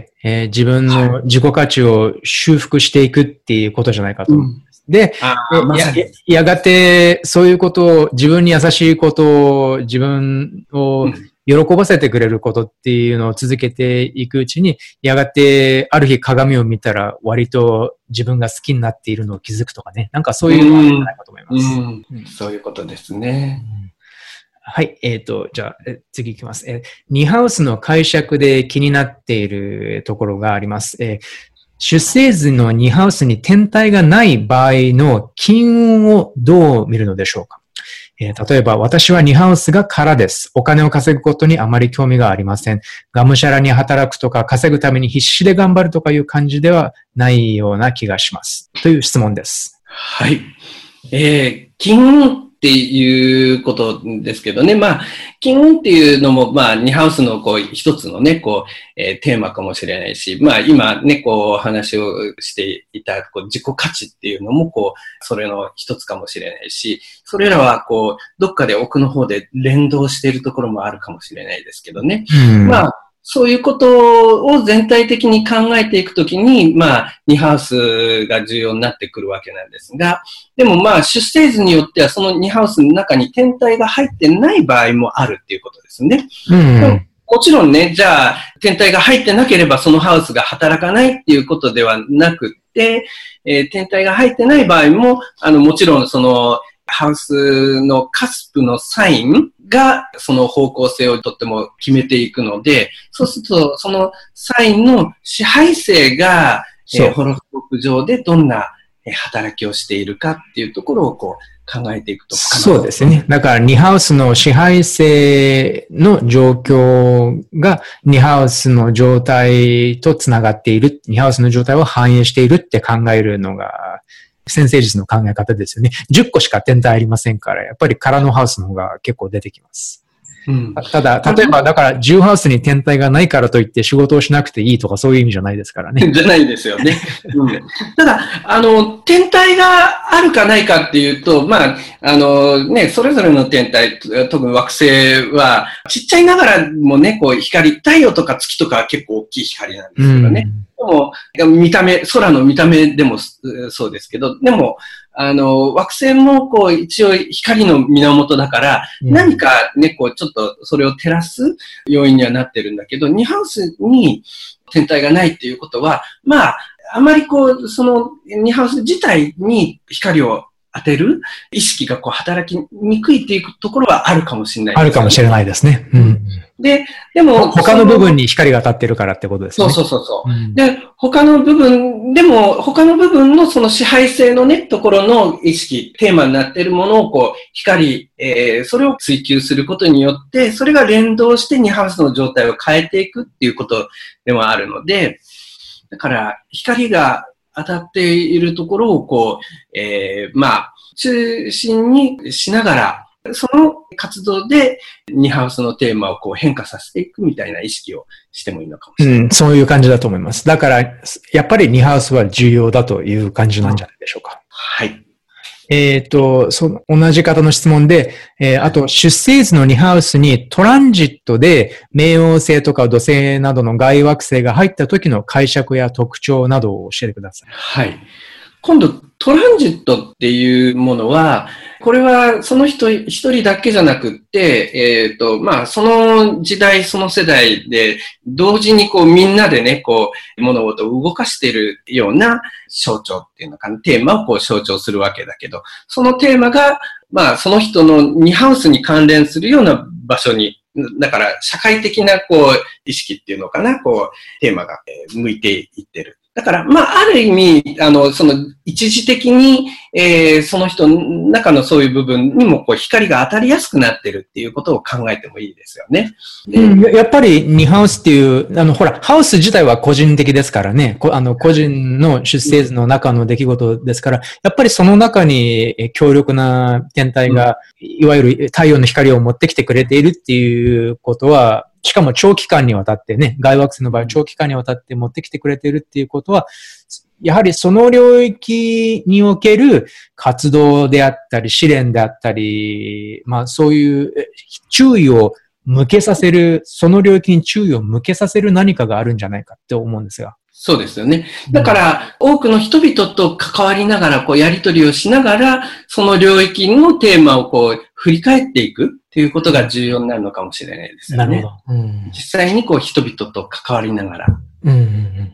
えー、自分の自己価値を修復していくっていうことじゃないかと思います。うん、で、ま、や, やがてそういうことを、自分に優しいことを、自分を喜ばせてくれることっていうのを続けていくうちに、やがてある日鏡を見たら割と自分が好きになっているのを気づくとかね。なんかそういうのがあるんじゃないかと思います。 うんうん、そういうことですね。うんはい。えっと、じゃあ、次いきます。えー、にハウスの解釈で気になっているところがあります。えー、出生図のにハウスに天体がない場合の金運をどう見るのでしょうか。えー、例えば、私はにハウスが空です。お金を稼ぐことにあまり興味がありません。がむしゃらに働くとか稼ぐために必死で頑張るとかいう感じではないような気がします。という質問です。 はい。えー、金運っていうことですけどね。まあ、金運っていうのも、まあ、にハウスのこう、一つのね、こう、えー、テーマかもしれないし、まあ、今ね、こう、話をしていた、こう、自己価値っていうのも、こう、それの一つかもしれないし、それらは、こう、どっかで奥の方で連動しているところもあるかもしれないですけどね。うん、まあ、そういうことを全体的に考えていくときに、まあ、にハウスが重要になってくるわけなんですが、でもまあ、出生図によってはそのにハウスの中に天体が入ってない場合もあるっていうことですね。うん、もちろんね、じゃあ、天体が入ってなければそのハウスが働かないっていうことではなくって、えー、天体が入ってない場合も、あの、もちろんその、ハウスのカスプのサインがその方向性をとっても決めていくので、そうするとそのサインの支配性が、えー、ホロスコープ上でどんな働きをしているかっていうところをこう考えていくと。 そうですね。だからにハウスの支配性の状況がにハウスの状態とつながっている、にハウスの状態を反映しているって考えるのが先生術の考え方ですよね。じゅっこしか天体ありませんから、やっぱり空のハウスの方が結構出てきます。 うん、 ただ、例えば、だから、ジューハウスに天体がないからといって仕事をしなくていいとかそういう意味じゃないですからね。 じゃないですよね。うん、ただ、あの、天体があるかないかっていうと、まあ、あのね、それぞれの天体、特に惑星は、ちっちゃいながらもね、こう光、太陽とか月とかは結構大きい光なんですけどね。でも、見た目、空の見た目でもそうですけど、でも、あの、惑星も、こう、一応光の源だから、うん、何かね、こう、ちょっとそれを照らす要因にはなってるんだけど、ニハウスに天体がないっていうことは、まあ、あまりこう、その、ニハウス自体に光を当てる意識がこう働きにくいっていうところはあるかもしれないです、ね。 あるかもしれないですね。うん、 で、でも、 他の部分に光が当たってるからってことですね。 そうそうそうそう、うん。で、他の部分、でも、他の部分のその支配性のね、ところの意識、テーマになっているものをこう、光、えー、それを追求することによって、それが連動してニハウスの状態を変えていくっていうことでもあるので、だから、光が当たっているところをこう、えー、まあ、中心にしながら、その活動でニハウスのテーマをこう変化させていくみたいな意識をしてもいいのかもしれない。 うん、そういう感じだと思います。だから、やっぱりニハウスは重要だという感じなんじゃないでしょうか。 はい。 えっと、その同じ方の質問で、えー、あと出生図のニハウスにトランジットで冥王星とか土星などの外惑星が入った時の解釈や特徴などを教えてください。 はい。今度、トランジットっていうものは、これはその人一人だけじゃなくって、えっと、まあ、その時代、その世代で、同時にこうみんなでね、こう、物事を動かしているような象徴っていうのかな、テーマをこう象徴するわけだけど、そのテーマが、まあ、その人のニハウスに関連するような場所に、だから、社会的なこう、意識っていうのかな、こう、テーマが向いていってる。だから、まあ、ある意味、あの、その、一時的に、えー、その人の中のそういう部分にも、こう、光が当たりやすくなってるっていうことを考えてもいいですよね。 うん、やっぱり、ニハウスっていう、あの、ほら、ハウス自体は個人的ですからね。あの、個人の出生図の中の出来事ですから、やっぱりその中に強力な天体が、うん、いわゆる太陽の光を持ってきてくれているっていうことは、しかも長期間にわたってね、外惑星の場合長期間にわたって持ってきてくれているっていうことは、やはりその領域における活動であったり、試練であったり、まあそういう注意を向けさせる、その領域に注意を向けさせる何かがあるんじゃないかって思うんですが。 そうですよね。だから、多くの人々と関わりながら、こう、やりとりをしながら、その領域のテーマをこう、振り返っていくっていうことが重要になるのかもしれないですよね。なるほど。うん、実際にこう、人々と関わりながら。うんうんうん、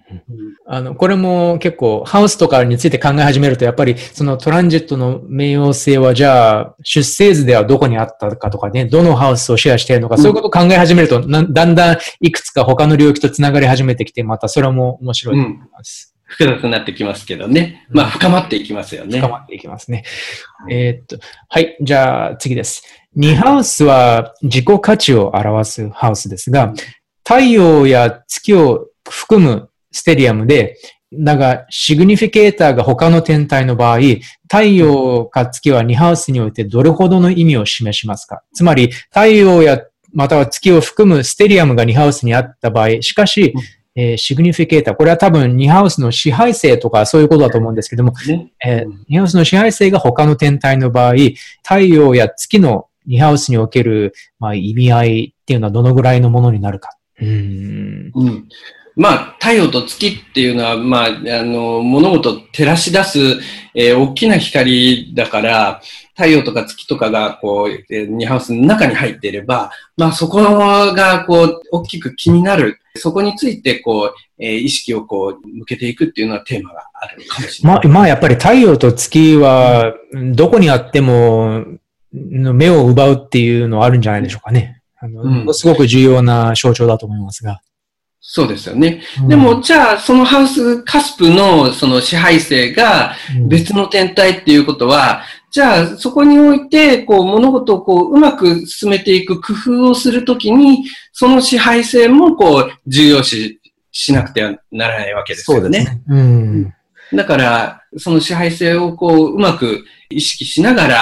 あの、これも結構、ハウスとかについて考え始めると、やっぱり、そのトランジットの冥王星は、じゃあ、出生図ではどこにあったかとかね、どのハウスをシェアしているのか、そういうことを考え始めると、なだんだんいくつか他の領域とつながり始めてきて、またそれも面白いと思います。 うん、複雑になってきますけどね。まあ、深まっていきますよね。 深まっていきますね。えー、っと、はい、じゃあ次です。ニハウスは自己価値を表すハウスですが、太陽や月を含むステリアムで、だが、シグニフィケーターが他の天体の場合、太陽か月はニハウスにおいてどれほどの意味を示しますか？つまり、太陽やまたは月を含むステリアムがニハウスにあった場合、しかし、えー、シグニフィケーター、これは多分ニハウスの支配性とかそういうことだと思うんですけども、えー、ニハウスの支配性が他の天体の場合、太陽や月のニハウスにおける、まあ、意味合いっていうのはどのぐらいのものになるか。うーんうんまあ、太陽と月っていうのは、まあ、あの、物事を照らし出す、えー、大きな光だから、太陽とか月とかが、こう、えー、ニハウスの中に入っていれば、まあ、そこが、こう、大きく気になる。そこについて、こう、えー、意識をこう、向けていくっていうのはテーマがあるかもしれない。 まあ、まあ、やっぱり太陽と月は、どこにあっても、目を奪うっていうのはあるんじゃないでしょうかね。あの、うん、すごく重要な象徴だと思いますが。 そうですよね。うん、でも、じゃあ、そのハウスカスプのその支配性が別の天体っていうことは、うん、じゃあ、そこにおいて、こう、物事をこう、うまく進めていく工夫をするときに、その支配性もこう、重要視しなくてはならないわけですよね。そうですね。うん。だから、その支配性をこう、うまく意識しながら、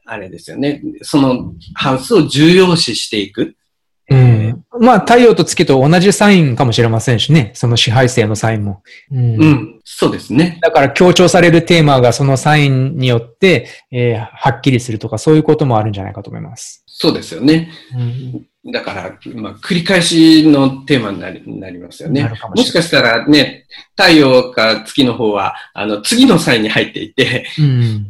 あれですよね。そのハウスを重要視していく。 うん。まあ、太陽と月と同じサインかもしれませんしね。その支配性のサインも。 うん。うん、そうですね。 だから強調されるテーマがそのサインによって、えー、はっきりするとか、そういうこともあるんじゃないかと思います。 そうですよね。うん、だから、まあ、繰り返しのテーマになり、なりますよね。もしもしかしたらね、太陽か月の方は、あの、次のサインに入っていて、うん、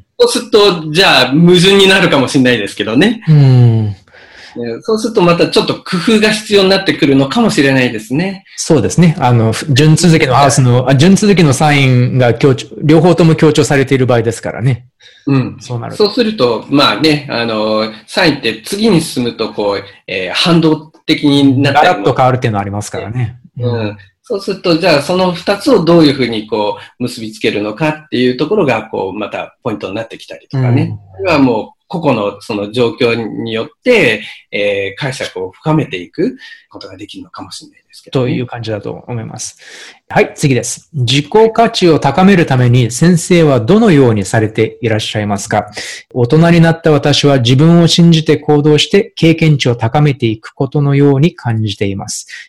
そうすると、じゃあ、矛盾になるかもしれないですけどね。うんそうするとまたちょっと工夫が必要になってくるのかもしれないですね。 そうですね。あの、順続きのハウスの、順続きのサインが強調、両方とも強調されている場合ですからね。 うん。そうなる。そうすると、まあね、あの、サインって次に進むと、こう、えー、反動的になったりガラッと変わるっていうのはありますからね。 うん。うん、そうすると、じゃあその二つをどういうふうにこう、結びつけるのかっていうところが、こう、またポイントになってきたりとかね。これはもう、個々のその状況によって、えー、解釈を深めていくことができるのかもしれないですけど、 ね。という感じだと思います。はい、次です。自己価値を高めるために先生はどのようにされていらっしゃいますか？大人になった私は自分を信じて行動して経験値を高めていくことのように感じています。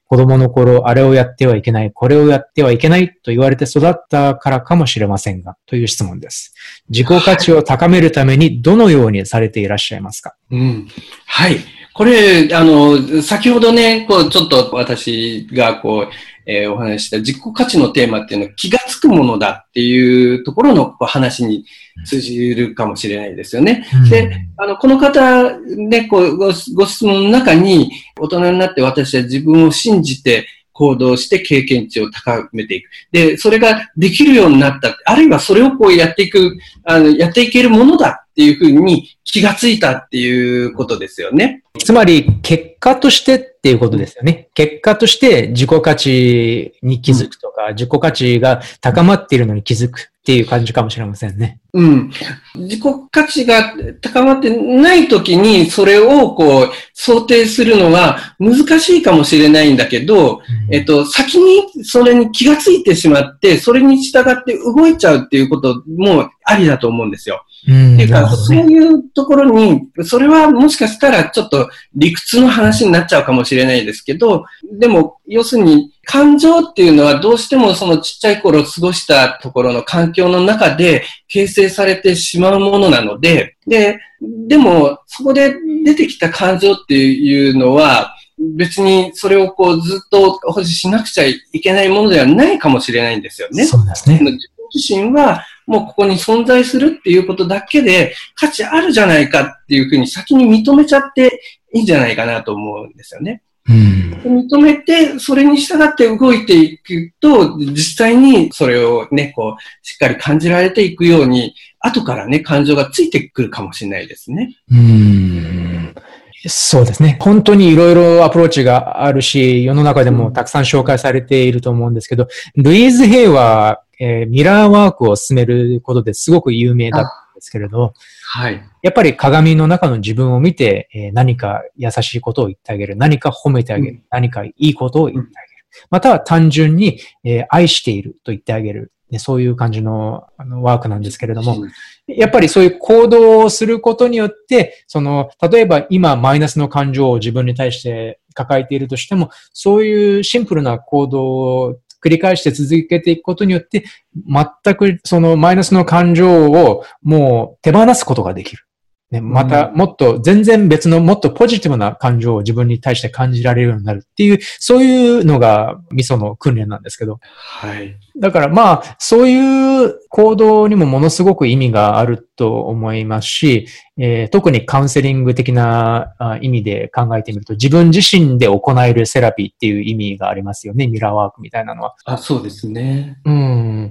子供の頃、あれをやってはいけない、これをやってはいけないと言われて育ったからかもしれませんが、という質問です。自己価値を高めるためにどのようにされていらっしゃいますか？ うん。はい。これ、あの、先ほどね、こう、ちょっと私がこう、えー、お話しした自己価値のテーマっていうのは気がつくものだっていうところの話に通じるかもしれないですよね。うん、で、あの、この方、ね、こうご、ご質問の中に、大人になって私は自分を信じて行動して経験値を高めていく。で、それができるようになった。あるいはそれをこうやっていく、あの、やっていけるものだっていうふうに気がついたっていうことですよね。 つまり、結果としてっていうことですよね。結果として自己価値に気づくとか、うん、自己価値が高まっているのに気づくっていう感じかもしれませんね。 うん。自己価値が高まってないときに、それをこう、想定するのは難しいかもしれないんだけど、うん、えっと、先にそれに気がついてしまって、それに従って動いちゃうっていうこともありだと思うんですよ。うん、っていうか、ね、そういうところに、それはもしかしたらちょっと理屈の話になっちゃうかもしれないですけど、でも、要するに、感情っていうのはどうしてもそのちっちゃい頃過ごしたところの環境の中で形成されてしまうものなので、で、でも、そこで出てきた感情っていうのは、別にそれをこうずっと保持しなくちゃいけないものではないかもしれないんですよね。 そうですね。 自分自身はもうここに存在するっていうことだけで価値あるじゃないかっていうふうに先に認めちゃっていいんじゃないかなと思うんですよね。うん、認めて、それに従って動いていくと、実際にそれをね、こう、しっかり感じられていくように、後からね、感情がついてくるかもしれないですね。 うーん、そうですね。本当にいろいろアプローチがあるし、世の中でもたくさん紹介されていると思うんですけど、うん、ルイーズ・ヘイは、えー、ミラーワークを進めることですごく有名だったんですけれど、 はい。 やっぱり鏡の中の自分を見て、えー、何か優しいことを言ってあげる。何か褒めてあげる。うん、何かいいことを言ってあげる。または単純に、えー、愛していると言ってあげる。ね、そういう感じの、あのワークなんですけれども、やっぱりそういう行動をすることによって、その、例えば今マイナスの感情を自分に対して抱えているとしても、そういうシンプルな行動を繰り返して続けていくことによって、全くそのマイナスの感情をもう手放すことができる。ね、また、もっと、全然別のもっとポジティブな感情を自分に対して感じられるようになるっていう、そういうのがミソの訓練なんですけど。 はい。 だからまあ、そういう行動にもものすごく意味があると思いますし、えー、特にカウンセリング的な意味で考えてみると、自分自身で行えるセラピーっていう意味がありますよね、ミラーワークみたいなのは。 あ、そうですね。 うん。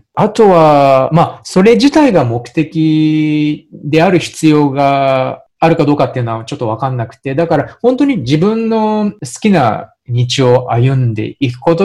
あとは、まあ、それ自体が目的である必要があるかどうかっていうのはちょっとわかんなくて、だから本当に自分の好きな道を歩んでいくことによっ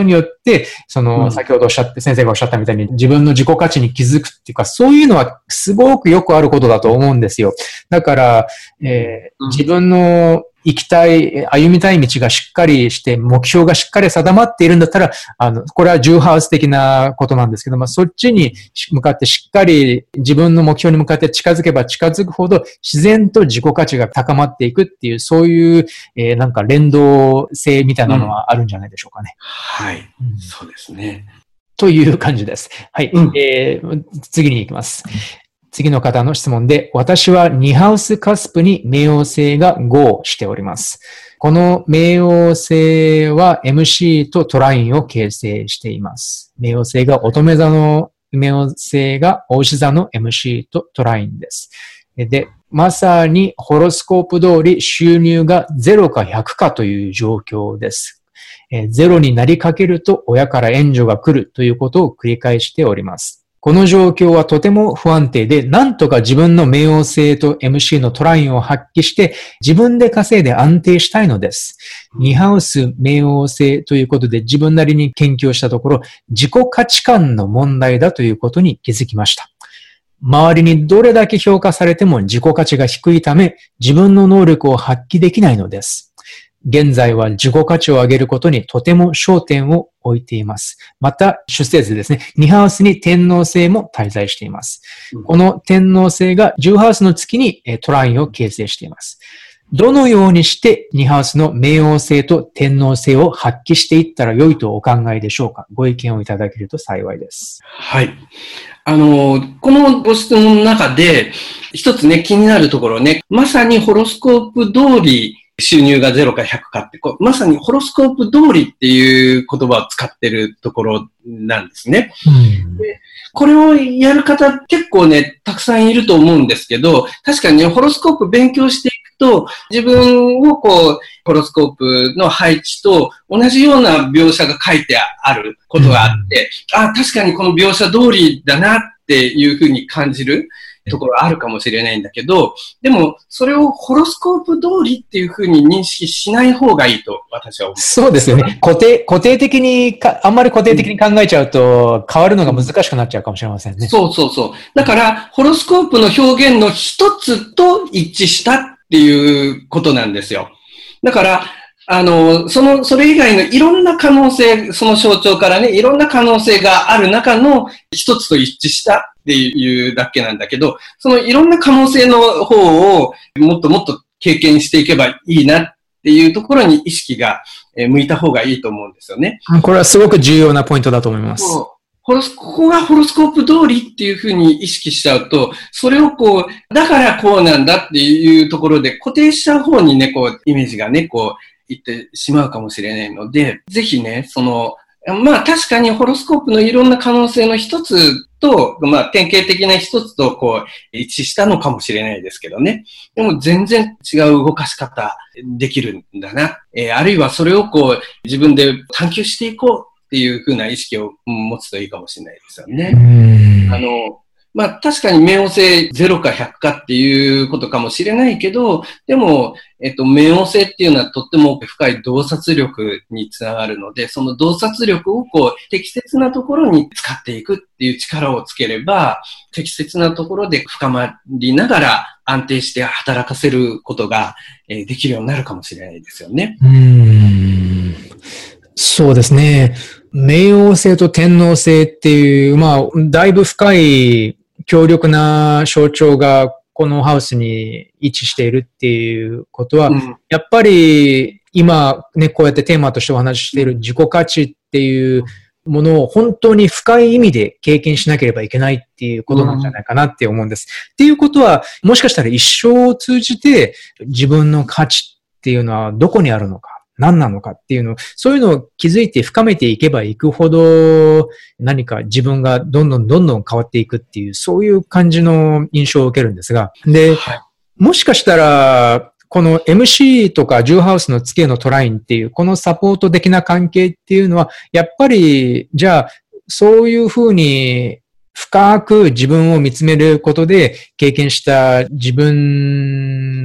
て、その、先ほどおっしゃって、先生がおっしゃったみたいに自分の自己価値に気づくっていうか、そういうのはすごくよくあることだと思うんですよ。だから、えー、自分の行きたい、歩みたい道がしっかりして、目標がしっかり定まっているんだったら、あの、これはジューハウス的なことなんですけど、まあ、そっちに向かってしっかり自分の目標に向かって近づけば近づくほど、自然と自己価値が高まっていくっていう、そういう、えー、なんか連動性みたいなのはあるんじゃないでしょうかね。 うん、はい、うん。そうですね。 という感じです。はい。うん、えー、次に行きます。次の方の質問で、私はにハウスカスプに冥王星がごをしております。この冥王星は エムシー とトラインを形成しています。冥王星が乙女座の、冥王星が牡牛座の エムシー とトラインです。で、まさにホロスコープ通り収入がゼロかひゃくかという状況です。ゼロになりかけると親から援助が来るということを繰り返しております。この状況はとても不安定で、なんとか自分の冥王星と エムシー のトラインを発揮して、自分で稼いで安定したいのです。にハウス冥王星ということで自分なりに研究したところ、自己価値観の問題だということに気づきました。周りにどれだけ評価されても自己価値が低いため、自分の能力を発揮できないのです。現在は自己価値を上げることにとても焦点を置いています。また、出生図ですね。にハウスに天王星も滞在しています。この天王星がじゅうハウスの月にトラインを形成しています。どのようにしてにハウスの冥王星と天王星を発揮していったら良いとお考えでしょうか？ご意見をいただけると幸いです。 はい。あの、このご質問の中で、一つね、気になるところね、まさにホロスコープ通り、収入がゼロかひゃくかってこう、まさにホロスコープ通りっていう言葉を使ってるところなんですね。うん、でこれをやる方結構ね、たくさんいると思うんですけど、確かにね、ホロスコープ勉強していくと、自分をこう、ホロスコープの配置と同じような描写が書いてあることがあって、うん、あ、確かにこの描写通りだなっていうふうに感じるところあるかもしれないんだけど、でも、それをホロスコープ通りっていうふうに認識しない方がいいと私は思う。 そうですよね。固定、固定的にか、あんまり固定的に考えちゃうと、変わるのが難しくなっちゃうかもしれませんね。 そうそうそう。だから、ホロスコープの表現の一つと一致したっていうことなんですよ。だから、あの、その、それ以外のいろんな可能性、その象徴からね、いろんな可能性がある中の一つと一致したっていうだけなんだけど、そのいろんな可能性の方をもっともっと経験していけばいいなっていうところに意識が向いた方がいいと思うんですよね。 これはすごく重要なポイントだと思います。 ホロス、ここがホロスコープ通りっていうふうに意識しちゃうと、それをこう、だからこうなんだっていうところで固定しちゃう方にね、こう、イメージがね、こう、いってしまうかもしれないので、ぜひね、その、まあ確かにホロスコープのいろんな可能性の一つと、まあ典型的な一つとこう一致したのかもしれないですけどね。でも全然違う動かし方できるんだな。えー、あるいはそれをこう自分で探求していこうっていうふうな意識を持つといいかもしれないですよね。あの、まあ確かに冥王星ゼロかひゃくかっていうことかもしれないけど、でも、えっと、冥王星っていうのはとっても深い洞察力につながるので、その洞察力をこう適切なところに使っていくっていう力をつければ、適切なところで深まりながら安定して働かせることができるようになるかもしれないですよね。 うーん、そうですね。冥王星と天王星っていう、まあ、だいぶ深い強力な象徴がこのハウスに位置しているっていうことは、うん、やっぱり今ね、こうやってテーマとしてお話ししている自己価値っていうものを本当に深い意味で経験しなければいけないっていうことなんじゃないかなって思うんです。うん、っていうことは、もしかしたら一生を通じて自分の価値っていうのはどこにあるのか。何なのかっていうのを、そういうのを気づいて深めていけばいくほど、何か自分がどんどんどんどん変わっていくっていう、そういう感じの印象を受けるんですが、で、はい、もしかしたら、この エムシー とかじゅうハウスの月へのトラインっていう、このサポート的な関係っていうのは、やっぱり、じゃあ、そういうふうに、深く自分を見つめることで経験した自分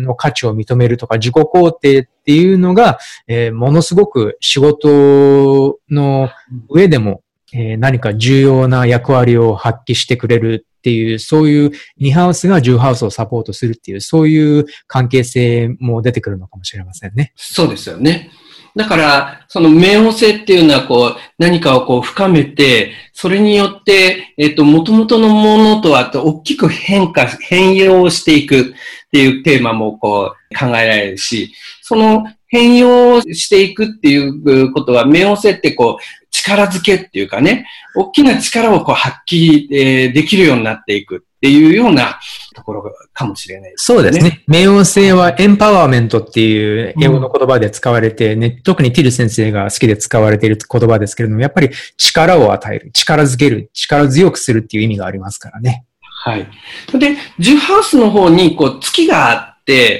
の価値を認めるとか自己肯定っていうのが、えー、ものすごく仕事の上でも、えー、何か重要な役割を発揮してくれるっていう、そういうにハウスがじゅうハウスをサポートするっていう、そういう関係性も出てくるのかもしれませんね。 そうですよね。だから、その冥王星っていうのは、こう、何かをこう深めて、それによって、えっと、元々のものとは大きく変化、変容していくっていうテーマもこう考えられるし、その変容していくっていうことは、冥王星ってこう、力づけっていうかね、大きな力をこう発揮、えー、できるようになっていくっていうようなところかもしれないですね。 そうですね。冥王星はエンパワーメントっていう英語の言葉で使われて、ね、うん、特にティル先生が好きで使われている言葉ですけれども、やっぱり力を与える、力づける、力強くするっていう意味がありますからね。 はい。で、じゅうハウスの方にこう月があって、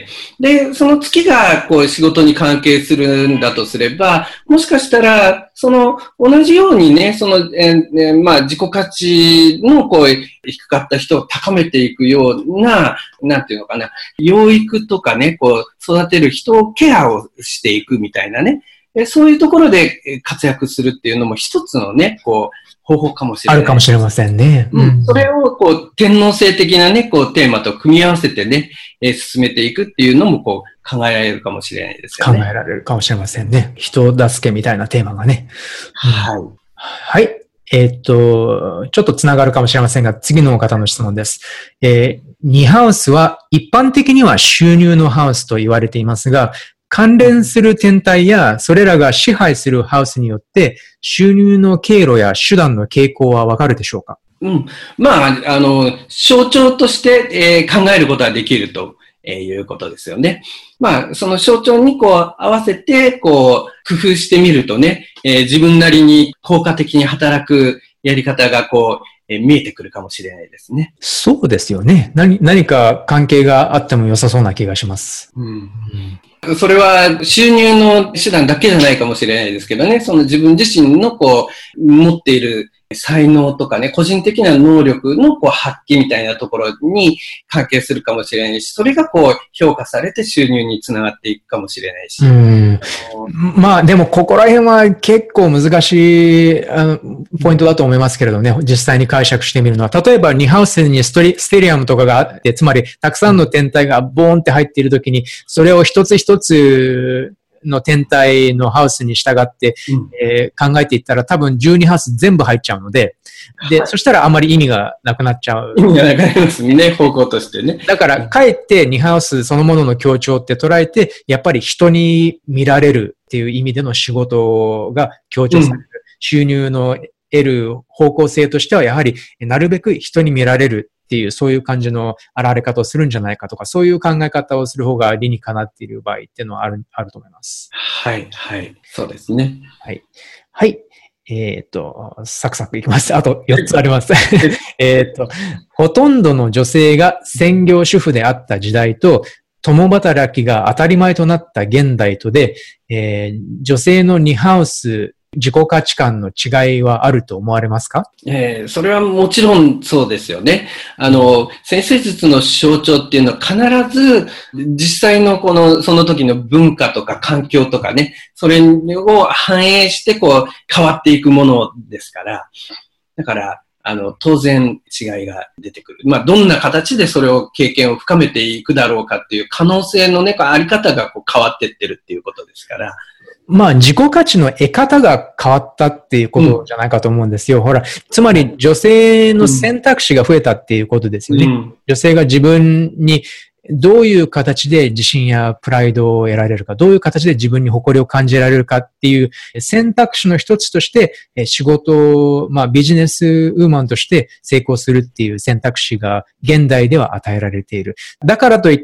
で、その月がこう仕事に関係するんだとすれば、もしかしたら、その同じようにね、その、えー、まあ自己価値のこう低かった人を高めていくような、なんていうのかな、養育とかね、こう育てる人をケアをしていくみたいなね、そういうところで活躍するっていうのも一つのね、こう、方法かもしれない。 あるかもしれませんね。 うん。それを、こう、天皇制的なね、こう、テーマと組み合わせてね、えー、進めていくっていうのも、こう、考えられるかもしれないですよね。 考えられるかもしれませんね。人助けみたいなテーマがね。 はい。 はい。えー、っと、ちょっとつながるかもしれませんが、次の方の質問です。えー、にハウスは一般的には収入のハウスと言われていますが、関連する天体やそれらが支配するハウスによって収入の経路や手段の傾向はわかるでしょうか？ うん。まあ、あの、象徴として、えー、考えることができると、えー、いうことですよね。まあ、その象徴にこう合わせて、こう、工夫してみるとね、えー、自分なりに効果的に働くやり方がこう、えー、見えてくるかもしれないですね。 そうですよね。何、何か関係があっても良さそうな気がします。うんうんそれは収入の手段だけじゃないかもしれないですけどね、その自分自身のこう、持っている才能とかね、個人的な能力のこう発揮みたいなところに関係するかもしれないし、それがこう評価されて収入につながっていくかもしれないし。 うんまあでもここら辺は結構難しいあのポイントだと思いますけれどね、実際に解釈してみるのは、例えばにハウスにストリステリアムとかがあって、つまりたくさんの天体がボーンって入っているときに、それを一つ一つの天体のハウスに従って、うんえー、考えていったら多分じゅうにハウス全部入っちゃうので、で、はい、そしたらあまり意味がなくなっちゃう。 意味がなくなりますね、方向としてね。 だから、かえってにハウスそのものの強調って捉えて、やっぱり人に見られるっていう意味での仕事が強調される。うん、収入の得る方向性としては、やはりなるべく人に見られるっていう、そういう感じの現れ方をするんじゃないかとか、そういう考え方をする方が理にかなっている場合っていうのはある、あると思います。 はい、はい。そうですね。 はい。はい。えっと、サクサクいきます。あとよっつあります。えっと、ほとんどの女性が専業主婦であった時代と、共働きが当たり前となった現代とで、えー、女性のにハウス、自己価値観の違いはあると思われますか？ えー、それはもちろんそうですよね。あの、先生術の象徴っていうのは必ず実際のこの、その時の文化とか環境とかね、それを反映してこう変わっていくものですから、だから、あの、当然違いが出てくる。まあ、どんな形でそれを経験を深めていくだろうかっていう可能性のね、あり方がこう変わっていってるっていうことですから。 まあ、自己価値の得方が変わったっていうことじゃないかと思うんですよ。うん、ほら、つまり女性の選択肢が増えたっていうことですよね。うん、女性が自分にどういう形で自信やプライドを得られるか、どういう形で自分に誇りを感じられるかっていう選択肢の一つとして、仕事を、まあビジネスウーマンとして成功するっていう選択肢が現代では与えられている。だからといって、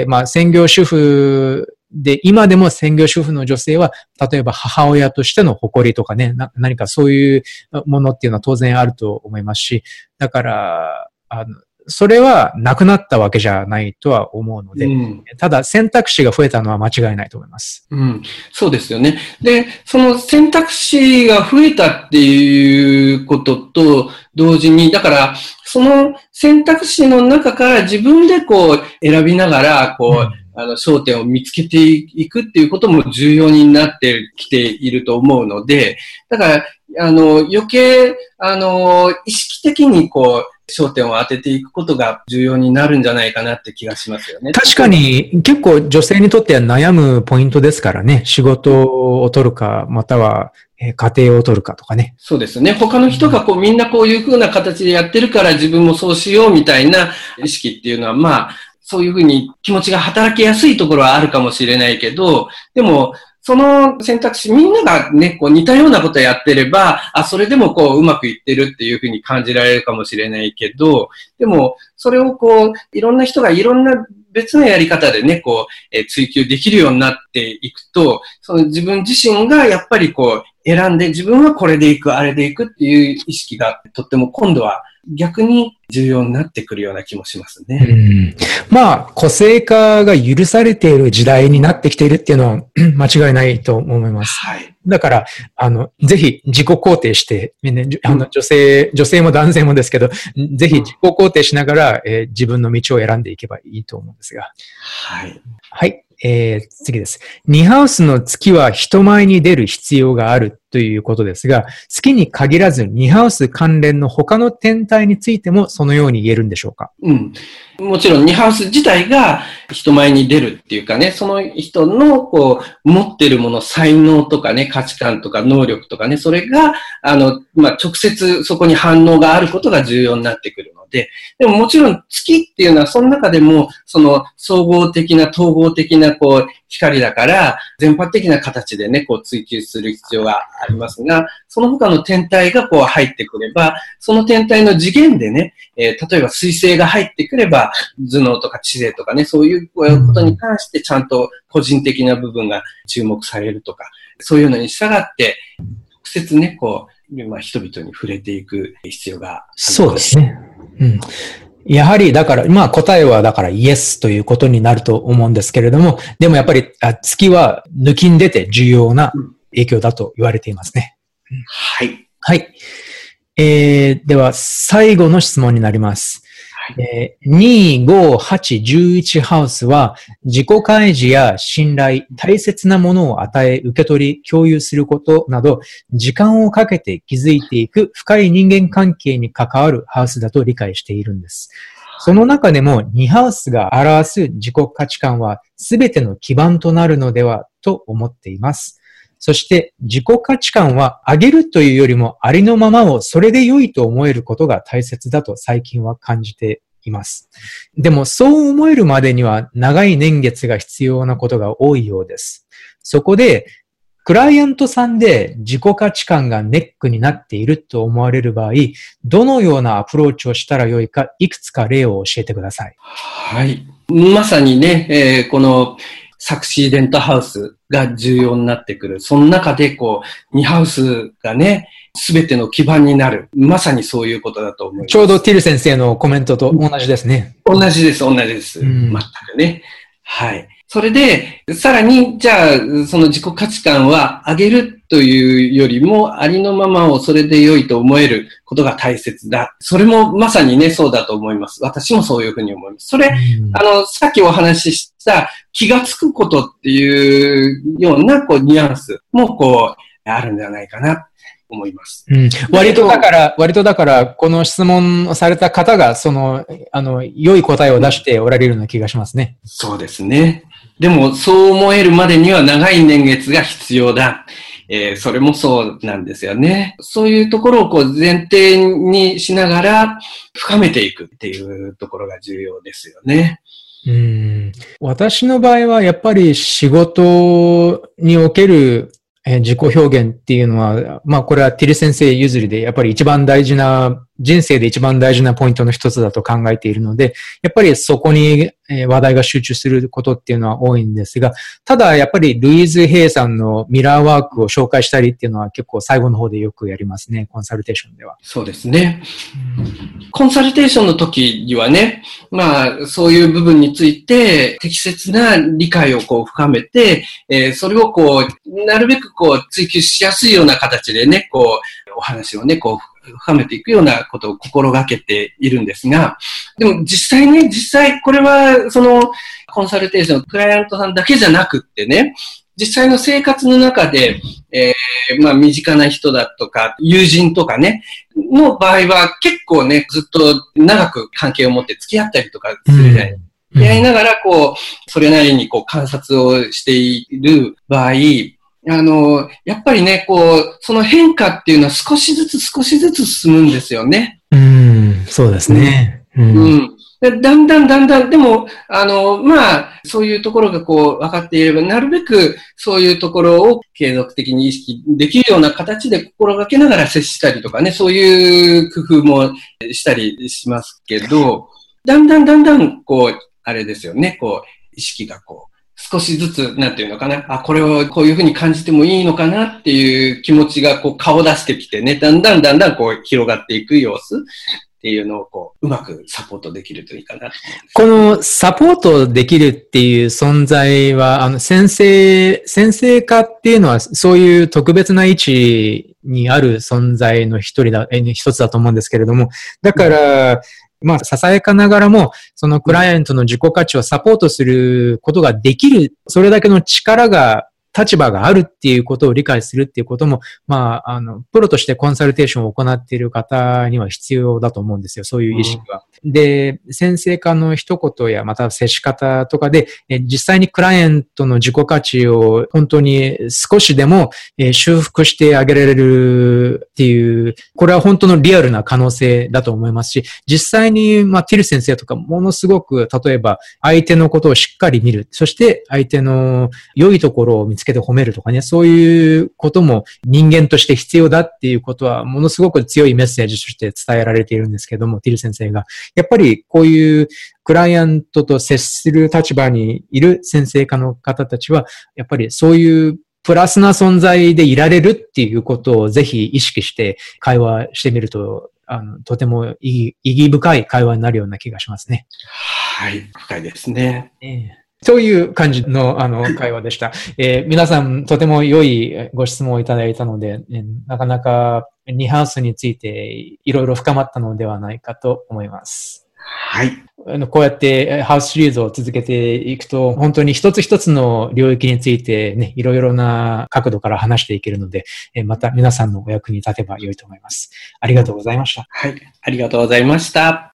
まあ専業主婦で、今でも専業主婦の女性は、例えば母親としての誇りとかね、な何かそういうものっていうのは当然あると思いますし、だから、あの、それはなくなったわけじゃないとは思うので、うん、ただ選択肢が増えたのは間違いないと思います。 うん、そうですよね。で、その選択肢が増えたっていうことと同時に、だから、その選択肢の中から自分でこう選びながら、こう、 あの、焦点を見つけていくっていうことも重要になってきていると思うので、だから、あの、余計、あの、意識的にこう、焦点を当てていくことが重要になるんじゃないかなって気がしますよね。 確かに、結構女性にとっては悩むポイントですからね。仕事を取るか、または家庭を取るかとかね。 そうですね。他の人がこう、みんなこういう風な形でやってるから自分もそうしようみたいな意識っていうのは、まあ、そういうふうに気持ちが働きやすいところはあるかもしれないけど、でも、その選択肢、みんながね、こう似たようなことをやってれば、あ、それでもこううまくいってるっていうふうに感じられるかもしれないけど、でも、それをこう、いろんな人がいろんな別のやり方でね、こう、えー、追求できるようになっていくと、その自分自身がやっぱりこう、選んで自分はこれでいく、あれでいくっていう意識がとっても今度は逆に重要になってくるような気もしますね。 うん、まあ、個性化が許されている時代になってきているっていうのは間違いないと思います。 はい。 だから、あの、ぜひ自己肯定して、ね、あの女性、女性も男性もですけど、ぜひ自己肯定しながら、えー、自分の道を選んでいけばいいと思うんですが。 はい。 はい。えー、次です。ニハウスの月は人前に出る必要があるということですが、月に限らずニハウス関連の他の天体についてもそのように言えるんでしょうか？ うん。もちろんニハウス自体が人前に出るっていうかね、その人のこう持ってるもの、才能とかね、価値観とか能力とかね、それが、あの、まあ、直接そこに反応があることが重要になってくるので、でももちろん月っていうのはその中でも、その総合的な統合的なこう光だから、全般的な形でね、こう追求する必要がありますが、その他の天体がこう入ってくれば、その天体の次元でね、えー、例えば水星が入ってくれば、頭脳とか知性とかね、そういうことに関してちゃんと個人的な部分が注目されるとか、そういうのに従って、直接ね、こう、まあ、人々に触れていく必要がある。 そうですね。うん。やはり、だから、まあ答えはだからイエスということになると思うんですけれども、でもやっぱり月は抜きん出て重要な影響だと言われていますね。 うん、はい。 はい。えー、では、最後の質問になります。えー、に、ご、はち、じゅういちハウスは自己開示や信頼、大切なものを与え、受け取り、共有することなど、時間をかけて築いていく深い人間関係に関わるハウスだと理解しているんです。その中でもにハウスが表す自己価値観は全ての基盤となるのではと思っています。そして自己価値観は上げるというよりもありのままをそれで良いと思えることが大切だと最近は感じています。でもそう思えるまでには長い年月が必要なことが多いようです。そこでクライアントさんで自己価値観がネックになっていると思われる場合、どのようなアプローチをしたらよいか、いくつか例を教えてください。 はい。まさにね、えー、このサクシーデントハウスが重要になってくる。その中で、こう、にハウスがね、すべての基盤になる。まさにそういうことだと思います。 ちょうどティル先生のコメントと同じですね。 同じです、同じです。うん、全くね。はい。それで、さらに、じゃあ、その自己価値観は上げるというよりも、ありのままをそれで良いと思えることが大切だ。それもまさにね、そうだと思います。私もそういうふうに思います。それ、うん、あの、さっきお話しした気がつくことっていうような、こう、ニュアンスも、こう、あるんではないかな。思います。 うん。割とだから、割とだから、この質問をされた方が、その、あの、良い答えを出しておられるような気がしますね。 そうですね。でも、そう思えるまでには長い年月が必要だ。えー、それもそうなんですよね。そういうところをこう前提にしながら深めていくっていうところが重要ですよね。 うん。私の場合は、やっぱり仕事における自己表現っていうのは、まあこれはティル先生譲りでやっぱり一番大事な、人生で一番大事なポイントの一つだと考えているので、やっぱりそこに話題が集中することっていうのは多いんですが、ただやっぱりルイーズ・ヘイさんのミラーワークを紹介したりっていうのは結構最後の方でよくやりますね、コンサルテーションでは。 そうですね。うん、コンサルテーションの時にはね、まあそういう部分について適切な理解をこう深めて、えー、それをこう、なるべくこう追求しやすいような形でね、こう、お話をね、こう、 深めていくようなことを心がけているんですが、でも実際ね、実際これはそのコンサルテーション、クライアントさんだけじゃなくってね、実際の生活の中で、えー、まあ身近な人だとか、友人とかね、の場合は結構ね、ずっと長く関係を持って付き合ったりとかするじゃない。うんうん、やりながら、こう、それなりにこう観察をしている場合、あの、やっぱりね、こう、その変化っていうのは少しずつ少しずつ進むんですよね。 うん、そうですね。 うん。うんでだんだんだんだん、でも、あの、まあ、そういうところがこう、分かっていれば、なるべくそういうところを継続的に意識できるような形で心がけながら接したりとかね、そういう工夫もしたりしますけど、だんだんだんだん、こう、あれですよね、こう、意識がこう、少しずつ、なんていうのかな、あ、これをこういうふうに感じてもいいのかなっていう気持ちがこう、顔出してきてね、だんだんだんだんこう、広がっていく様子。っていうのをこう、うまくサポートできるといいかな。 このサポートできるっていう存在は、あの、先生、先生科っていうのはそういう特別な位置にある存在の一人だ、え、一つだと思うんですけれども、だから、うんまあ、ささやかながらも、そのクライアントの自己価値をサポートすることができる、それだけの力が、立場があるっていうことを理解するっていうことも、まあ、あの、プロとしてコンサルテーションを行っている方には必要だと思うんですよ。そういう意識は。うん、で、先生科の一言やまた接し方とかで、実際にクライアントの自己価値を本当に少しでも修復してあげられるっていう、これは本当のリアルな可能性だと思いますし、実際に、まあ、ティル先生とかものすごく、例えば相手のことをしっかり見る。そして相手の良いところを見つけて褒めるとかね、そういうことも人間として必要だっていうことはものすごく強いメッセージとして伝えられているんですけども、ティル先生が。やっぱりこういうクライアントと接する立場にいる先生科の方たちは、やっぱりそういうプラスな存在でいられるっていうことをぜひ意識して会話してみると、あの、とても意義深い会話になるような気がしますね。 はい、深いですね。 えーそういう感じの、あの、会話でした。えー、皆さん、とても良いご質問をいただいたので、えー、なかなか、ニハウスについていろいろ深まったのではないかと思います。 はい。 あのこうやってハウスシリーズを続けていくと、本当に一つ一つの領域についてね、いろいろな角度から話していけるので、えー、また皆さんのお役に立てば良いと思います。ありがとうございました。 はい。ありがとうございました。